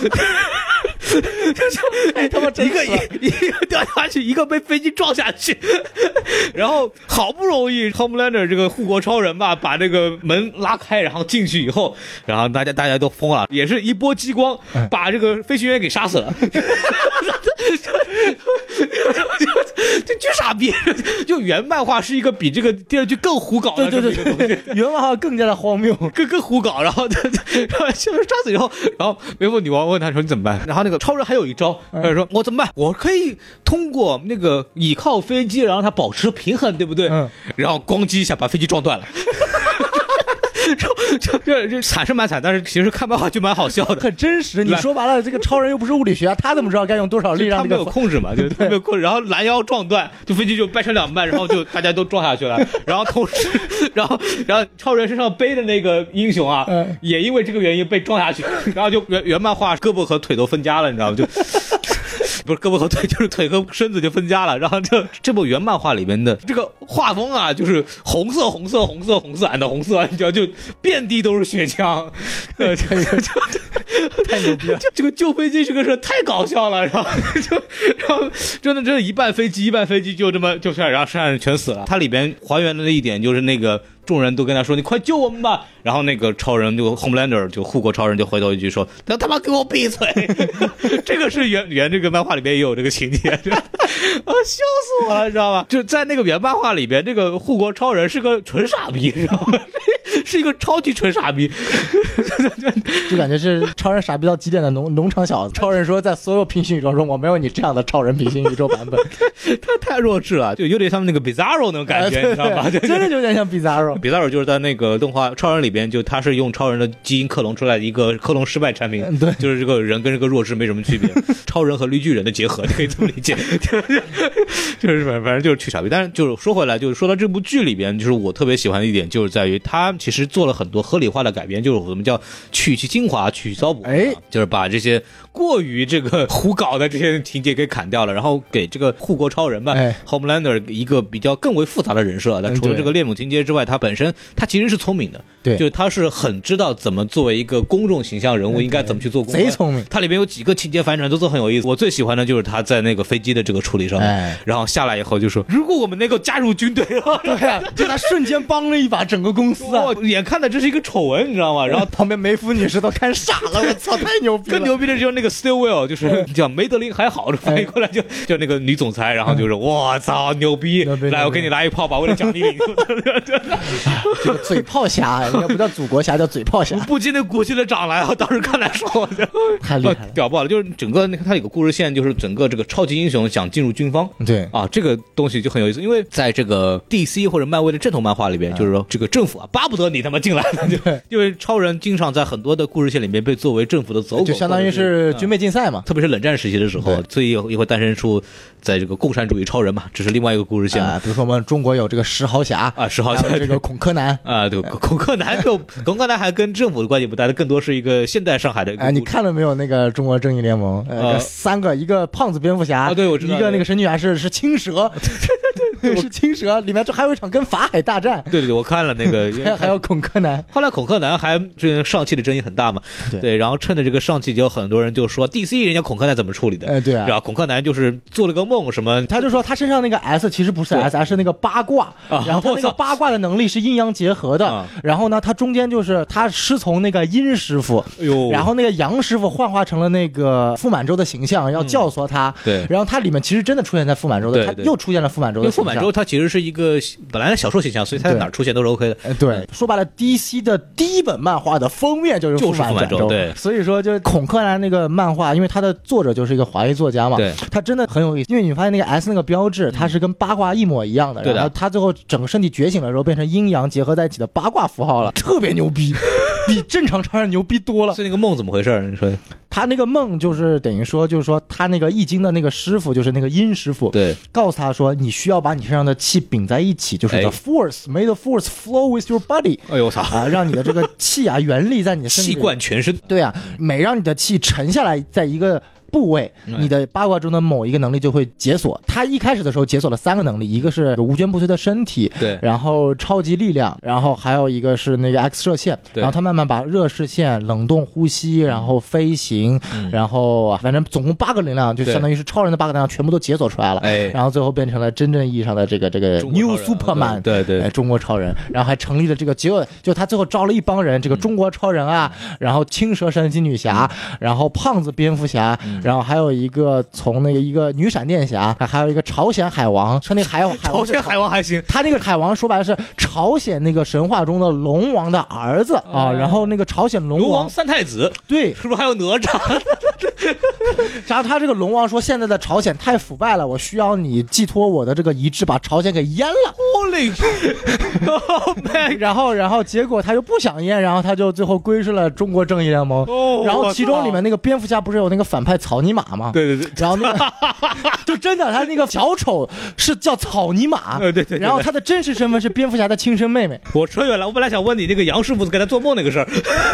哎，他妈一个一一个掉下去，一个被飞机撞下去，然后好不容易 Homelander 这个护国超人吧，把这个门拉开，然后进去以后，然后大家大家都疯了，也是一波激光把这个飞行员给杀死了。这巨傻逼！就原漫画是一个比这个电视剧更胡搞的， 对对对对，原漫画更加的荒谬， 更更胡搞。然后他杀死以后，然后梅芙女王问他说你怎么办？然后那个超人还有一招，他就说我怎么办？我可以通过那个倚靠飞机，然后它保持平衡，对不对？嗯、然后咣叽一下把飞机撞断了。就就就就惨是蛮惨，但是其实看漫画就蛮好笑的， 很真实。你说白了，这个超人又不是物理学家，他怎么知道该用多少力让、这个、 他没有控制嘛？就他没有控制，然后拦腰撞断，就飞机就掰成两半，然后就大家都撞下去了。然后同时，然后然后超人身上背的那个英雄啊，嗯、也因为这个原因被撞下去，然后就原原漫画胳膊和腿都分家了，你知道吗？就。不是胳膊和腿，就是腿和身子就分家了。然后这这部原漫画里面的这个画风啊，就是红色、红色、红色、红色，俺的红色，你知道，就遍地都是血浆。呃， 太牛逼了！ 这个救飞机这个事太搞笑了，然后就然后真的真的一半飞机一半飞机就这么就下来，然后剩下人全死了。它里边还原的那一点就是那个众人都跟他说：“你快救我们吧！”然后那个超人就 Homelander 就护国超人就回头一句说：“他他妈给我闭嘴！”这个是原原这个漫画里边也有这个情节，啊，笑死我了，你知道吗？就在那个原漫画里边，这个护国超人是个纯傻逼，知道吗？是一个超级纯傻逼， 就感觉是超人傻逼到极点的农农场小子。超人说，在所有平行宇宙中，我没有你这样的超人平行宇宙版本。 他太弱智了，就有点像那个 Bizarro 那种感觉，你知道吧？ 真的就有点像 Bizarro。Bizarro 就是在那个动画超人里边，就他是用超人的基因克隆出来的一个克隆失败产品， 对， 就是这个人跟这个弱智没什么区别，超人和绿巨人的结合，你可以这么理解。就是反正就是去傻逼。但是就是说回来，就是说到这部剧里边，就是我特别喜欢的一点，就是在于他其实做了很多合理化的改编，就是我们叫去其精华，去其糟补， 哎， 就是把这些过于这个胡搞的这些情节给砍掉了，然后给这个护国超人吧、哎、Homelander 一个比较更为复杂的人设。那除了这个恋母情节之外，他本身他其实是聪明的， 对， 就是他是很知道怎么作为一个公众形象人物应该怎么去做公关， 贼聪明。 他里面有几个情节反转都是很有意思，我最喜欢的就是他在那个飞机的这个处理上面，哎、然后下来以后就说，如果我们能够加入军队， 对啊，就他瞬间帮了一把整个公司啊， 眼看的这是一个丑闻，你知道吗？然后旁边梅芙女士都看傻了，我操，太牛逼了！ 更牛逼的就是那个 Stillwell， 就是叫梅德林还好，翻译过来就就那个女总裁，然后就是我操牛逼，来我给你来一炮吧，为了奖励你。 这个嘴炮侠，应该不叫祖国侠，叫嘴炮侠。 不禁的鼓起了掌来啊！当时看来说， 太厉害了， 屌爆了！就是整个那个他有个故事线，就是整个这个超级英雄想进入军方， 对啊，这个东西就很有意思，因为在这个 D C 或者漫威的正统漫画里边，就是说这个政府啊巴不得你他妈进来了，就因为超人经常在很多的故事线里面被作为政府的走狗， 就相当于是军备竞赛嘛， 特别是冷战时期的时候，所以也会诞生出在这个共产主义超人嘛，这是另外一个故事线啊。比如说我们中国有这个石豪侠啊，石豪侠这个孔柯南啊，对，孔柯南就孔柯南还跟政府的关系不大，更多是一个现代上海的。 哎，你看了没有那个中国正义联盟？呃，三个，一个胖子蝙蝠侠， 啊，对，我知道， 一个那个神奇侠是是青蛇，对对对，是青蛇，里面这还有一场跟法海大战。 对对对，我看了那个， 还还有孔柯南。 后来孔柯南还这上汽的争议很大嘛，对，对，然后趁着这个上汽，就很多人就说 D C 人家孔柯南怎么处理的？ 哎，对啊， 然后孔柯南就是做了个梦，什么， 他就说他身上那个 S 其实不是 S， 而是那个八卦， 啊、 然后他那个八卦的能力是阴阳结合的，啊、然后呢，他中间就是他师从那个阴师傅， 哎呦， 然后那个阳师傅幻化成了那个傅满洲的形象，要教唆他， 嗯、对， 然后他里面其实真的出现在傅满洲的，他又出现了傅满洲的形象， 因为傅满洲他其实是一个本来的小说形象，所以他在哪儿出现都是 OK 的。 对，对说白了 ，D C 的第一本漫画的封面就是傅满洲， 对， 所以说就是孔柯南那个漫画，因为他的作者就是一个华裔作家嘛， 对， 他真的很有意思，因为你发现那个 S 那个标志，它是跟八卦一模一样的， 对的， 然后他最后整个身体觉醒的时候变成阴阳结合在一起的八卦符号了，特别牛逼，比正常超人牛逼多了。 所以那个梦怎么回事？你说他那个梦就是等于说，就是说他那个易经的那个师傅，就是那个阴师傅， 对， 告诉他说你需要把你身上的气并在一起，就是 the force、哎、may the force flow with your body。 哎呦我操啊，让你的这个气啊原力在你的身体气贯全身。 对啊，每让你的气沉下来，在一个部位，你的八卦中的某一个能力就会解锁。他一开始的时候解锁了三个能力，一个是无坚不摧的身体， 对， 然后超级力量，然后还有一个是那个 X 射线，然后他慢慢把热视线、冷冻呼吸，然后飞行，嗯、然后反正总共八个能量，就相当于是超人的八个能量全部都解锁出来了， 哎， 然后最后变成了真正意义上的这个这个 New Superman， 对 对, 对、 哎，中国超人，然后还成立了这个，结果就他最后招了一帮人，这个中国超人啊，嗯、然后青蛇神奇女侠，嗯、然后胖子蝙蝠侠，嗯、然后还有一个。个从那个一个女闪电侠，还有一个朝鲜海王，说那个海王， 朝鲜海王还行， 他那个海王说白了是朝鲜那个神话中的龙王的儿子啊，然后那个朝鲜龙王, 龙王三太子， 对， 是不是还有哪吒？ 然后他这个龙王说，现在的朝鲜太腐败了，我需要你寄托我的这个遗志把朝鲜给淹了。 Holy， 然后然后结果他又不想淹，然后他就最后归顺了中国正义联盟。 哦， 然后其中里面那个蝙蝠侠不是有那个反派草泥马吗？ 对对对， 然后那个就真的他那个小丑是叫草泥马， 对对 对, 对, 对， 然后他的真实身份是蝙蝠侠的亲生妹妹。 我扯远了，我本来想问你那个杨师傅跟他做梦那个事儿。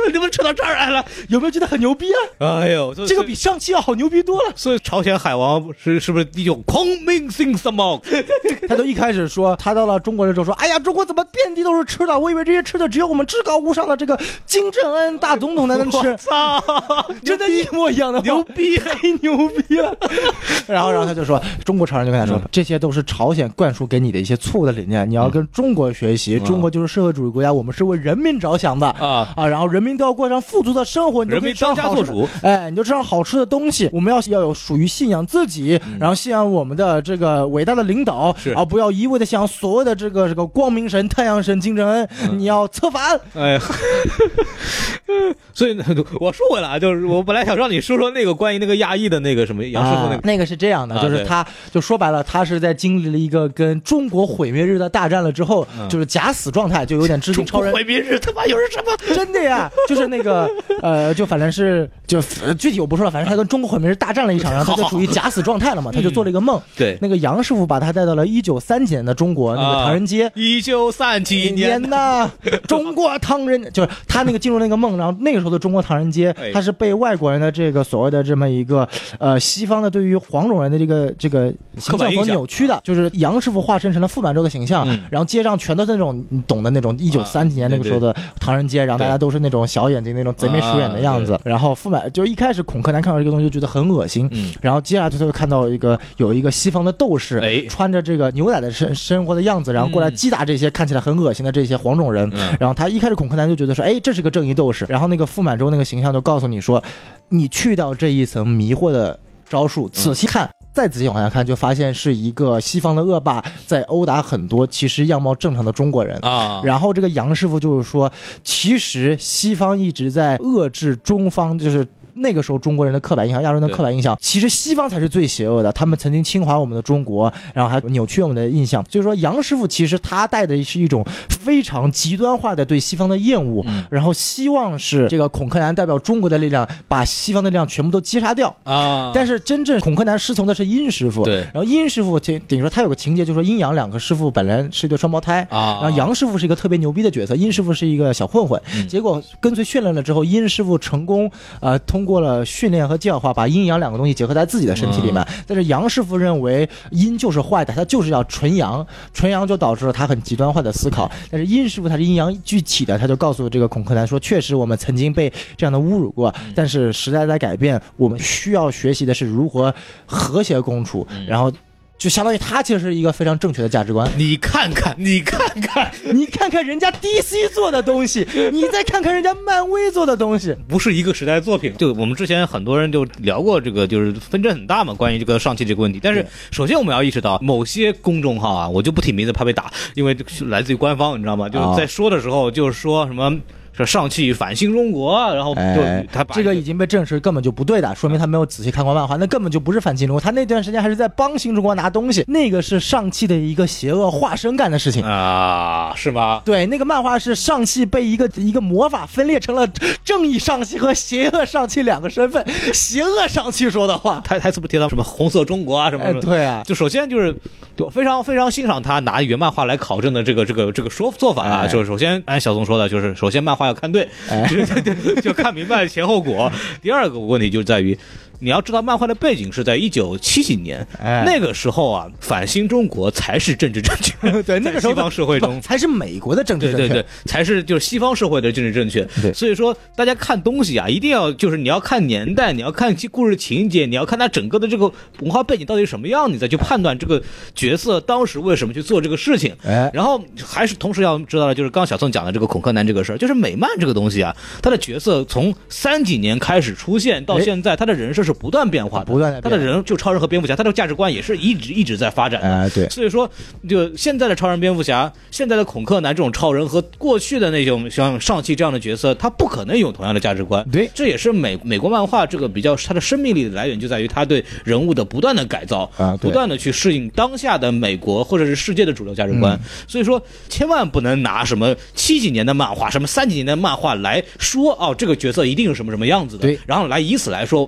你们扯到这儿来了， 有没有觉得很牛逼啊？ 哎呦， 这个比上期要好牛逼多了。 所以朝鲜海王是是不是第九孔明星什么？ 他都一开始说，他到了中国的时候说，哎呀，中国怎么遍地都是吃的？我以为这些吃的只有我们至高无上的这个金正恩大总统才能吃。 操， 真的，一模一样的话， 牛逼， 太牛逼了。然后，然后他就说，中国朝人就跟他说，这些都是朝鲜灌输给你的一些错误的理念，你要跟中国学习。中国就是社会主义国家，我们是为人民着想的啊啊！然后人民都要过上富足的生活，你就可以吃上好吃，哎，你就吃上好吃的东西。我们要要有属于信仰自己，然后信仰我们的这个伟大的领导，而不要一味的想所谓的这个这个光明神、太阳神金正恩，你要策反。 哎，所以我说回来啊，就是我本来想让你说说那个关于那个亚裔的那个什么杨师傅那个、啊， 那个是这样的，就是他就说白了，他是在经历了一个跟中国毁灭日的大战了之后，嗯、就是假死状态，就有点致敬超人。 毁灭日他妈有人什么？ 真的呀，就是那个呃，就反正是就、呃、具体我不说了，反正他跟中国毁灭日大战了一场，然后他就处于假死状态了嘛，他就做了一个梦。 对， 那个杨师傅把他带到了一九三几年的中国、啊、那个唐人街。 一九三几年呐，中国唐人就是他那个进入那个梦，然后那个时候的中国唐人街，他是被外国人的这个所谓的这么一个呃西方的对于黄种人的这个这个形象所扭曲的，就是杨师傅化身成了傅满洲的形象，嗯、然后街上全都是那种你懂的那种一九三几年那个时候的唐人街，啊、然后大家都是那种小眼睛那种贼眉鼠眼的样子，啊、然后傅满就一开始孔克南看到这个东西就觉得很恶心，嗯、然后接下来他就看到一个有一个西方的斗士，哎、穿着这个牛仔的生生活的样子，然后过来击打这些看起来很恶心的这些黄种人，嗯、然后他一开始孔克南就觉得说，哎，这是个正义斗士，然后那个傅满洲那个形象就告诉你说，你去掉这一层迷惑的招数，仔细看。嗯再仔细往下看，就发现是一个西方的恶霸在殴打很多其实样貌正常的中国人啊。然后这个杨师傅就是说，其实西方一直在遏制中方，就是那个时候中国人的刻板印象，亚洲人的刻板印象，其实西方才是最邪恶的，他们曾经侵华我们的中国，然后还扭曲我们的印象。所以说杨师傅其实他带的是一种非常极端化的对西方的厌恶，嗯、然后希望是这个孔克南代表中国的力量把西方的力量全部都击杀掉啊。但是真正孔克南师从的是殷师傅，对，然后殷师傅等于说他有个情节，就是说阴阳两个师傅本来是一对双胞胎啊，然后杨师傅是一个特别牛逼的角色，殷师傅是一个小混混，嗯、结果跟随训练了之后，殷师傅成功呃通过了训练和教化，把阴阳两个东西结合在自己的身体里面。嗯、但是杨师傅认为阴就是坏的，他就是要纯阳，纯阳就导致了他很极端化的思考。但是殷师傅他是阴阳具体的，他就告诉这个孔克南说，确实我们曾经被这样的侮辱过，嗯、但是时代在改变，我们需要学习的是如何和谐共处，嗯、然后就相当于他其实是一个非常正确的价值观。 你看看，你看看， 你看看人家 D C 做的东西，你再看看人家漫威做的东西， 不是一个时代作品。就我们之前很多人就聊过这个，就是纷争很大嘛，关于这个上汽这个问题。但是首先我们要意识到，某些公众号啊，我就不提名字，怕被打，因为来自于官方，你知道吗？就是在说的时候，就是说什么。说上汽反新中国，然后就他把、 哎、这个已经被证实根本就不对的，说明他没有仔细看过漫画，那根本就不是反新中国，他那段时间还是在帮新中国拿东西，那个是上汽的一个邪恶化身干的事情啊，是吗？ 对，那个漫画是上汽被一个一个魔法分裂成了正义上汽和邪恶上汽两个身份，邪恶上汽说的话， 台台词不提到什么红色中国啊什么什么、 哎、对啊， 就首先就是我非常非常欣赏他拿原漫画来考证的这个这个这个说做法啊，哎、就是首先按小宋说的，就是首先漫画要看对。哎就看明白前后果。第二个问题就在于，你要知道漫画的背景是在一九七几年，哎、那个时候啊，反新中国才是政治正确。 对，那个时候西方社会中才是美国的政治正确， 对对对，才是就是西方社会的政治正确。对，所以说大家看东西啊，一定要就是你要看年代，你要看故事情节，你要看它整个的这个文化背景到底什么样，你再去判断这个角色当时为什么去做这个事情。哎，然后还是同时要知道的就是刚小宋讲的这个孔克南这个事儿，就是美漫这个东西啊，他的角色从三几年开始出现到现在，他的人设是不断变化的， 不断的他的人就超人和蝙蝠侠，他的价值观也是一直一直在发展的。 哎，对， 所以说就现在的超人、蝙蝠侠，现在的孔克南这种超人和过去的那种像上汽这样的角色，他不可能有同样的价值观。 对， 这也是美美国漫画这个比较它的生命力的来源，就在于他对人物的不断的改造，啊，不断的去适应当下的美国或者是世界的主流价值观。嗯、所以说，千万不能拿什么七几年的漫画、什么三几年的漫画来说哦，这个角色一定是什么什么样子的，对，然后来以此来说他就是反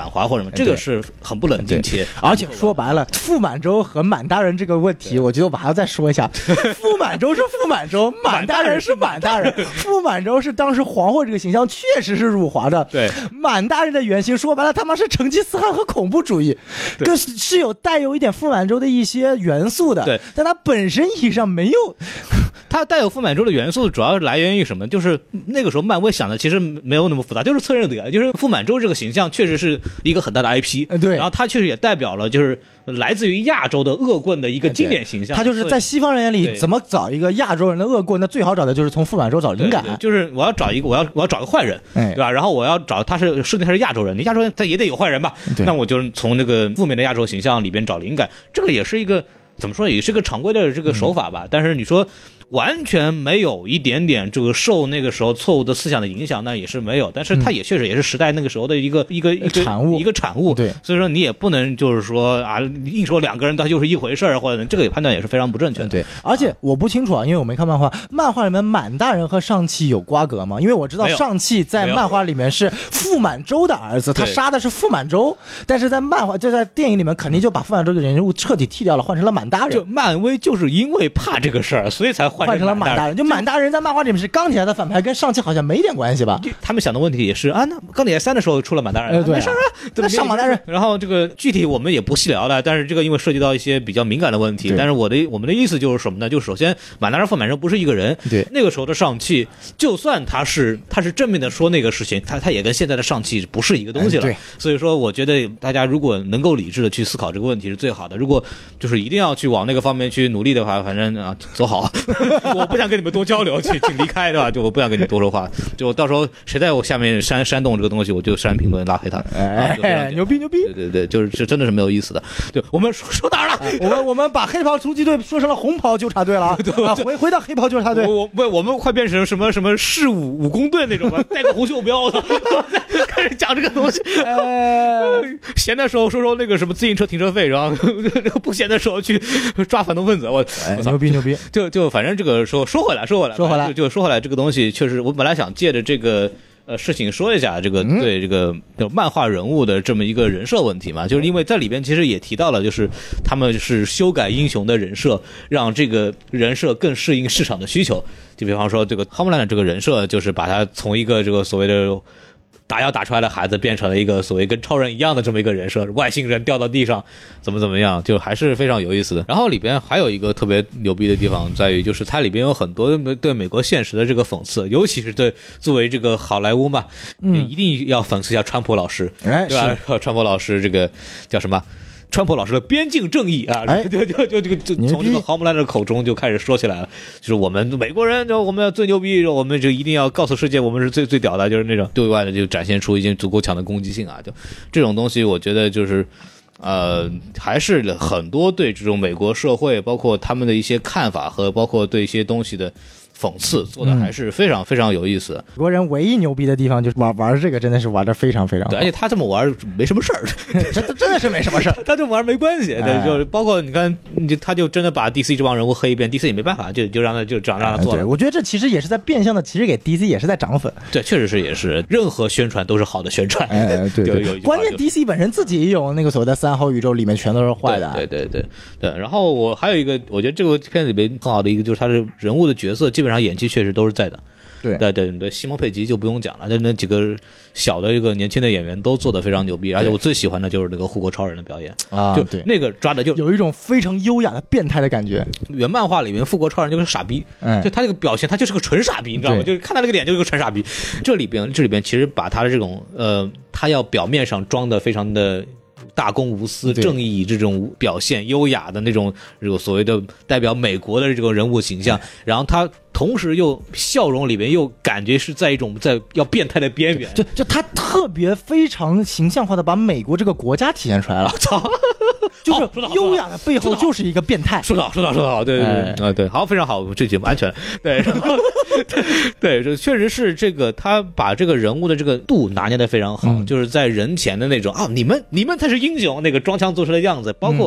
华或者什么，这个是很不冷静且。 而且说白了，傅满洲和满大人这个问题，我觉得我还要再说一下，傅满洲是傅满洲，满大人是满大人。傅满洲是当时皇后这个形象确实是辱华的， 对。 满大人的原型说白了他妈是成吉思汗和恐怖主义，更是有带有一点傅满洲的一些元素的， 对， 但他本身意义上没有。 它带有傅满洲的元素，主要是来源于什么？就是那个时候漫威想的其实没有那么复杂，就是侧认的，就是傅满洲这个形象确实是一个很大的 I P， 对， 然后它确实也代表了就是来自于亚洲的恶棍的一个经典形象。 他就是在西方人眼里怎么找一个亚洲人的恶棍，那最好找的就是从傅满洲找灵感， 对对，就是我要找一个，我要我要找个坏人， 哎、 对吧？然后我要找他是设定他是亚洲人，你亚洲人他也得有坏人吧？那我就是从那个负面的亚洲形象里边找灵感，这个也是一个怎么说，也是个常规的这个手法吧。嗯、但是你说完全没有一点点这个受那个时候错误的思想的影响，那也是没有。但是它也确实也是时代那个时候的一个、嗯、一个一个产物， 一个产物。 对， 所以说你也不能就是说啊，硬说两个人他就是一回事儿，或者这个判断也是非常不正确的。 对，而且我不清楚啊，因为我没看漫画，漫画里面满大人和上汽有瓜葛吗？因为我知道上汽在漫画里面是傅满洲的儿子，他杀的是傅满洲，但是在漫画就在电影里面肯定就把傅满洲的人物彻底剃掉了，换成了满大人。 就漫威就是因为怕这个事儿，所以才换成了满大人。就满大人在漫画里面是钢铁侠的反派，跟上汽好像没点关系吧？ 他们想的问题也是啊，那钢铁侠三的时候出了满大人， 呃、对、啊， 没事啊， 那上满大人。 然后这个具体我们也不细聊了，但是这个因为涉及到一些比较敏感的问题，但是我的我们的意思就是什么呢？就首先满大人、傅满洲不是一个人， 对， 那个时候的上汽，就算他是他是正面的说那个事情，他他也跟现在的上汽不是一个东西了。 对， 所以说我觉得大家如果能够理智的去思考这个问题是最好的。如果就是一定要去往那个方面去努力的话，反正啊走好，我不想跟你们多交流，请请离开对吧？就我不想跟你多说话，就到时候谁在我下面煽煽动这个东西，我就删评论拉黑他。 哎，牛逼牛逼！ 对对对，就是这真的是没有意思的。对，我们说说哪儿了？ 我们我们把黑袍突击队说成了红袍纠察队了啊！啊回回到黑袍纠察队， 我不，我们快变成什么什么市武武工队那种了，带个红袖标的，开始讲这个东西。呃，闲的时候说说那个什么自行车停车费，然后不闲的时候去抓反动分子。我哎，牛逼牛逼！ 就就反正这个说说回来说回来说回来就就说回来这个东西，确实我本来想借着这个。呃，事情说一下这个对这个漫画人物的这么一个人设问题嘛，就是因为在里边其实也提到了，就是他们是修改英雄的人设，让这个人设更适应市场的需求。就比方说这个 Homeland 这个人设，就是把他从一个这个所谓的打药打出来的孩子变成了一个所谓跟超人一样的这么一个人设，外星人掉到地上怎么怎么样，就还是非常有意思的。然后里边还有一个特别牛逼的地方在于，就是它里边有很多对美国现实的这个讽刺，尤其是对作为这个好莱坞嘛，嗯，一定要讽刺一下川普老师， 哎， 对吧？川普老师这个叫什么？川普老师的边境正义啊， 哎， 就就就这个就从这个豪姆兰的口中就开始说起来了，就是我们美国人，就我们要最牛逼，我们就一定要告诉世界我们是最最屌的，就是那种对外的就展现出已经足够强的攻击性啊，就这种东西，我觉得就是呃，还是很多对这种美国社会，包括他们的一些看法和包括对一些东西的讽刺做的还是非常非常有意思。 美国人唯一牛逼的地方就是玩玩这个真的是玩的非常非常好， 对，而且他这么玩没什么事儿， 这真的是没什么事儿， 他这么玩没关系，对，就包括你看，他就真的把 D C 这帮人物黑一遍 ，D C 也没办法，就就让他就这样让他做了。 对，我觉得这其实也是在变相的，其实给 D C 也是在涨粉。 对，确实是也是，任何宣传都是好的宣传。 哎，对对，对关键 D C 本身自己也有那个所谓的三好宇宙，里面全都是坏的。 对对对 对, 对。然后我还有一个，我觉得这个片子里面很好的一个，就是他的人物的角色基本上演技确实都是在的。 对对对对，西蒙佩吉就不用讲了，那那几个小的一个年轻的演员都做得非常牛逼，而且我最喜欢的就是那个护国超人的表演啊， 就对那个抓的就有一种非常优雅的变态的感觉。 原漫画里面护国超人就是傻逼，嗯，就他这个表现他就是个纯傻逼，你知道吗？就是看他那个脸就是个纯傻逼。这里边这里边其实把他的这种呃，他要表面上装的非常的大公无私、正义这种表现、优雅的那种所谓的代表美国的这种人物形象，然后他同时又笑容里面又感觉是在一种在要变态的边缘， 就就他特别非常形象化的把美国这个国家体现出来了。操，就是优雅的背后就是一个变态。 说得好，说得好，说得好，对对对，啊、哎、对，好，非常好，这节目安全，对，然后对，这确实是这个他把这个人物的这个度拿捏得非常好，嗯、就是在人前的那种啊，你们你们才是英雄，那个装腔作势的样子，包括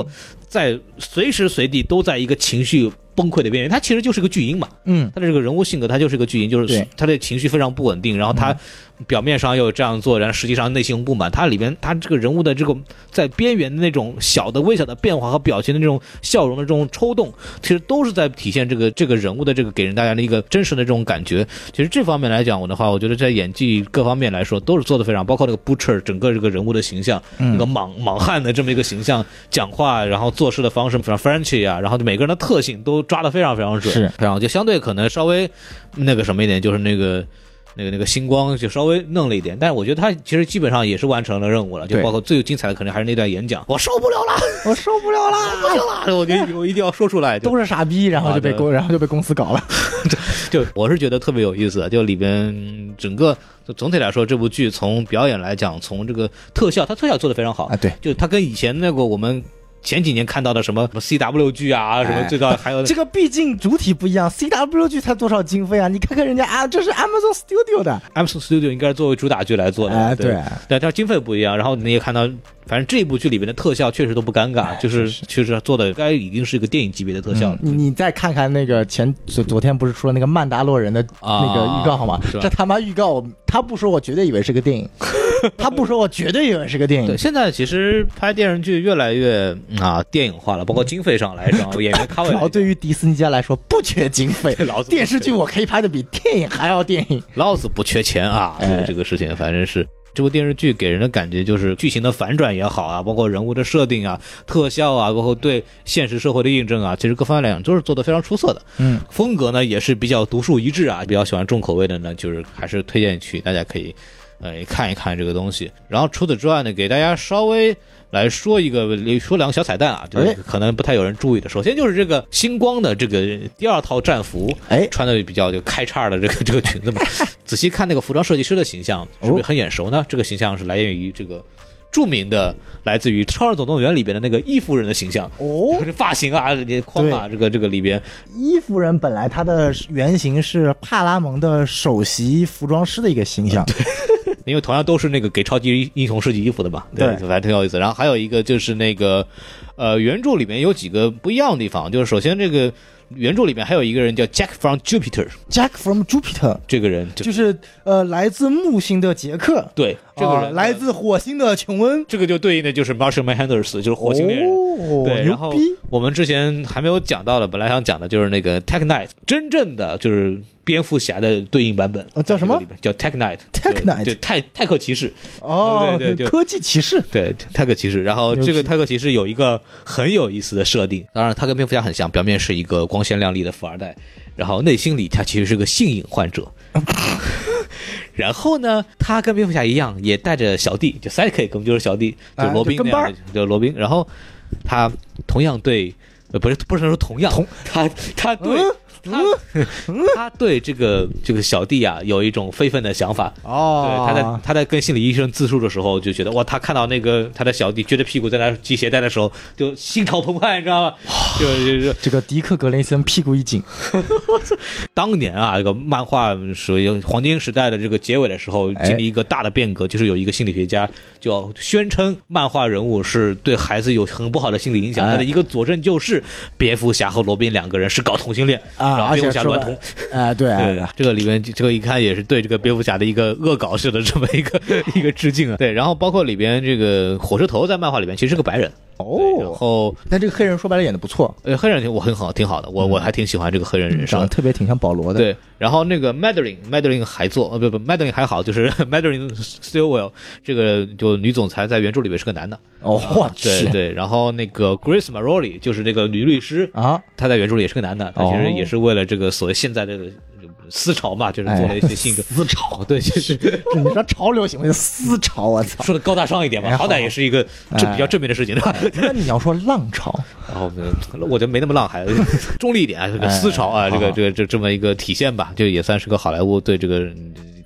在随时随地都在一个情绪崩溃的边缘，他其实就是个巨婴嘛， 嗯， 他的这个人物性格他就是个巨婴，就是他的情绪非常不稳定，然后他表面上又这样做，然后实际上内心不满，他里边他这个人物的这个在边缘的那种小的微小的变化和表情的那种笑容的这种抽动，其实都是在体现这个这个人物的这个给人大家的一个真实的这种感觉。其实这方面来讲我的话，我觉得在演技各方面来说都是做得非常，包括那个 Butcher 整个这个人物的形象， 嗯、 那个莽莽汉的这么一个形象，讲话然后做事的方式非常 Frenchy 啊，然后每个人的特性都抓得非常非常准， 是， 然后就相对可能稍微那个什么一点，就是那个。那个那个星光就稍微弄了一点，但是我觉得他其实基本上也是完成了任务了，就包括最精彩的可能还是那段演讲，我受不了了， 我受不了了， 不行了，我就我一定要说出来， 都是傻逼，然后就被公、啊、然后就被公司搞了， 就我是觉得特别有意思，就里边整个总体来说这部剧从表演来讲，从这个特效，它特效做得非常好啊，对， 就它跟以前那个我们。前几年看到的什么什么 C W 剧啊，什么最高还有、 哎、这个毕竟主体不一样 ，C W 剧才多少经费啊？你看看人家啊，这是 Amazon Studio 的 ，Amazon Studio 应该是作为主打剧来做的， 哎、 对， 对， 但它经费不一样。然后你也看到，反正这一部剧里面的特效确实都不尴尬， 哎、 就是是确实做的该已经是一个电影级别的特效了。 嗯、你你再看看那个前昨昨天不是出了那个曼达洛人的那个预告好吗？ 啊、 这他妈预告，他不说我绝对以为是个电影。他不说，我绝对以为是个电影。 对，现在其实拍电视剧越来越啊电影化了，包括经费上来讲，演员咖位。 然后对于迪士尼家来说，不缺经费，电视剧我可以拍的比电影还要电影。 老子不缺钱啊！哎、这个事情反正是。这部电视剧给人的感觉就是剧情的反转也好啊，包括人物的设定啊、特效啊，包括对现实社会的印证啊，其实各方面来讲都是做得非常出色的。 嗯， 风格呢也是比较独树一帜啊，比较喜欢重口味的呢，就是还是推荐去大家可以呃看一看这个东西。然后除此之外呢，给大家稍微来说一个说两个小彩蛋啊，就是可能不太有人注意的。首先就是这个星光的这个第二套战服， 哎， 穿的比较就开叉的这个这个裙子嘛。仔细看那个服装设计师的形象，是不是很眼熟呢？这个形象是来源于这个著名的来自于《超人总动员》里边的那个伊夫人的形象哦， 发型啊、框啊，这个这个里边， 伊夫人本来她的原型是帕拉蒙的首席服装师的一个形象。 因为同样都是那个给超级英雄设计衣服的嘛，对，反正挺有意思。然后还有一个就是那个，呃，原著里面有几个不一样的地方，就是首先这个原著里面还有一个人叫 Jack from Jupiter，Jack from Jupiter， 这个人就、就是呃来自木星的杰克， 对，这个人、 呃、来自火星的琼恩， 这个就对应的就是 Martian Manhunters， 就是火星猎人。 哦、 对，然后我们之前还没有讲到的，本来想讲的就是那个 Tech Knight， 真正的就是蝙蝠侠的对应版本， 呃、叫什么？ 叫 Tech Knight。Tech Knight， 对，泰泰克骑士。 哦， 对对对， 科技骑士。 对，泰克骑士。然后这个泰克骑士有一个很有意思的设定，当然他跟蝙蝠侠很像，表面是一个光鲜亮丽的富二代，然后内心里他其实是个性瘾患者。然后呢，他跟蝙蝠侠一样，也带着小弟，就 sidekick， 就是小弟，就罗宾那样的，就罗宾。然后他同样对，呃，不是不是说同样， 同他他对。嗯他他对这个这个小弟啊有一种非分的想法哦， 对，他在他在跟心理医生自述的时候就觉得哇，他看到那个他的小弟撅着屁股在那系鞋带的时候就心潮澎湃，你知道吗？就就这个迪克格雷森屁股一紧， 当年啊，这个漫画属于黄金时代的这个结尾的时候，经历一个大的变革，就是有一个心理学家就宣称漫画人物是对孩子有很不好的心理影响，他的一个佐证就是蝙蝠侠和罗宾两个人是搞同性恋。 啊， 然后蝙蝠侠娈童， 哎、呃，对、 对，这个里面这个一看也是对这个蝙蝠侠的一个恶搞式的这么一个一个致敬啊。对，然后包括里边这个火车头在漫画里边其实是个白人哦， 然后但这个黑人说白了演的不错， 呃，黑人我很好，挺好的，我、嗯、我还挺喜欢这个黑人人设， 长得特别挺像保罗的。 对，然后那个 Madeline Madeline 还做，呃不不 Madeline 还好，就是 Madeline Stillwell 这个就女总裁在原著里面是个男的。 哦，我去， 对对，然后那个 Grace Maroli 就是那个女律师啊， 她在原著里也是个男的，她其实也是为了这个所谓现在这个思潮嘛，就是做了一些性格、 哎、思潮， 对，就是你说潮流行为思潮，我操， 说的高大上一点嘛， 哎、 好歹也是一个这比较正面的事情的。 那你要说浪潮， 然后我觉得没那么浪，还中立一点啊，这个思潮啊，这个这个这这么一个体现吧，就也算是个好莱坞对这个。一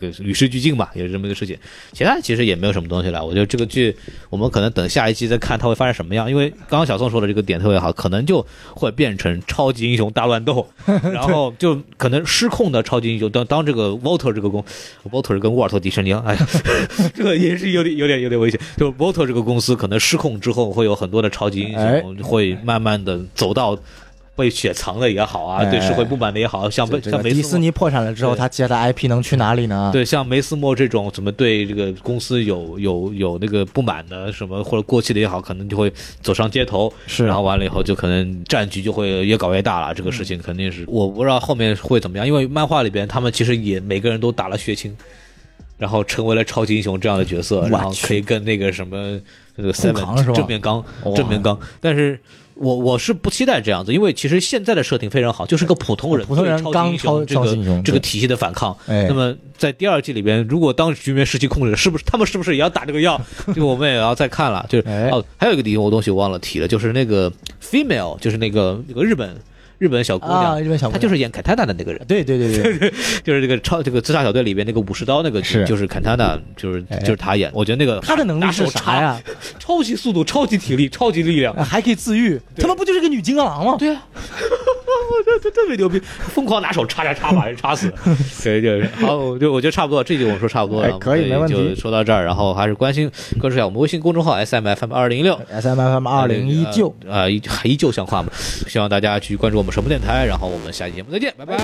个与时俱进吧，也是这么一个事情。其他其实也没有什么东西了。我觉得这个剧我们可能等下一季再看它会发生什么样，因为刚刚小宋说的这个点特别好，可能就会变成超级英雄大乱斗，然后就可能失控的超级英雄。当当这个 Walter 这个公 Walter 跟沃尔特迪士尼，哎呀，这个也是有点有点有点危险。就 Walter 这个公司可能失控之后，会有很多的超级英雄会慢慢的走到被雪藏的也好啊，对社会不满的也好，像这像梅迪士尼破产了之后，他接的 I P 能去哪里呢？ 对，像梅斯莫这种怎么对这个公司有有有那个不满的什么或者过气的也好，可能就会走上街头， 是， 然后完了以后就可能战局就会越搞越大了。这个事情肯定是、嗯、我不知道后面会怎么样，因为漫画里边他们其实也每个人都打了血清，然后成为了超级英雄这样的角色，然后可以跟那个什么那个 Seven 正面刚正面刚，但是。我我是不期待这样子，因为其实现在的设定非常好，就是个普通人， 普通人刚超这个这个体系的反抗。 哎、 那么在第二季里边，如果当局面失去控制，是不是他们是不是也要打这个药？这个我们也要再看了。就是、哎、哦，还有一个地方我东西我忘了提了，就是那个 female， 就是那个那个日本。日本小姑娘， 啊、日本小姑娘， 她就是演凯塔娜的那个人。 对对对对， 就是这个超这个自杀小队里边那个武士刀那个， 是就是凯塔娜，就是就是他演。我觉得那个他的能力是啥呀？ 超级速度、超级体力、超级力量， 还可以自愈。他们不就是个女金刚狼吗？ 对啊，这特别牛逼，疯狂拿手插插插把人插死。对对，好，就我觉得差不多，这集我们说差不多了， 哎、可以没问题， 就说到这儿。然后还是关心关注一下我们微信公众号 S M F M 二零一六 S M F M 二零依旧啊，依还依旧像话嘛？希望大家去关注我们什么电台，然后。我们下期节目再见，拜拜。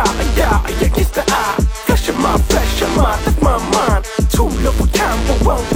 Flash your mind, that's my mind. True love, we can't, but one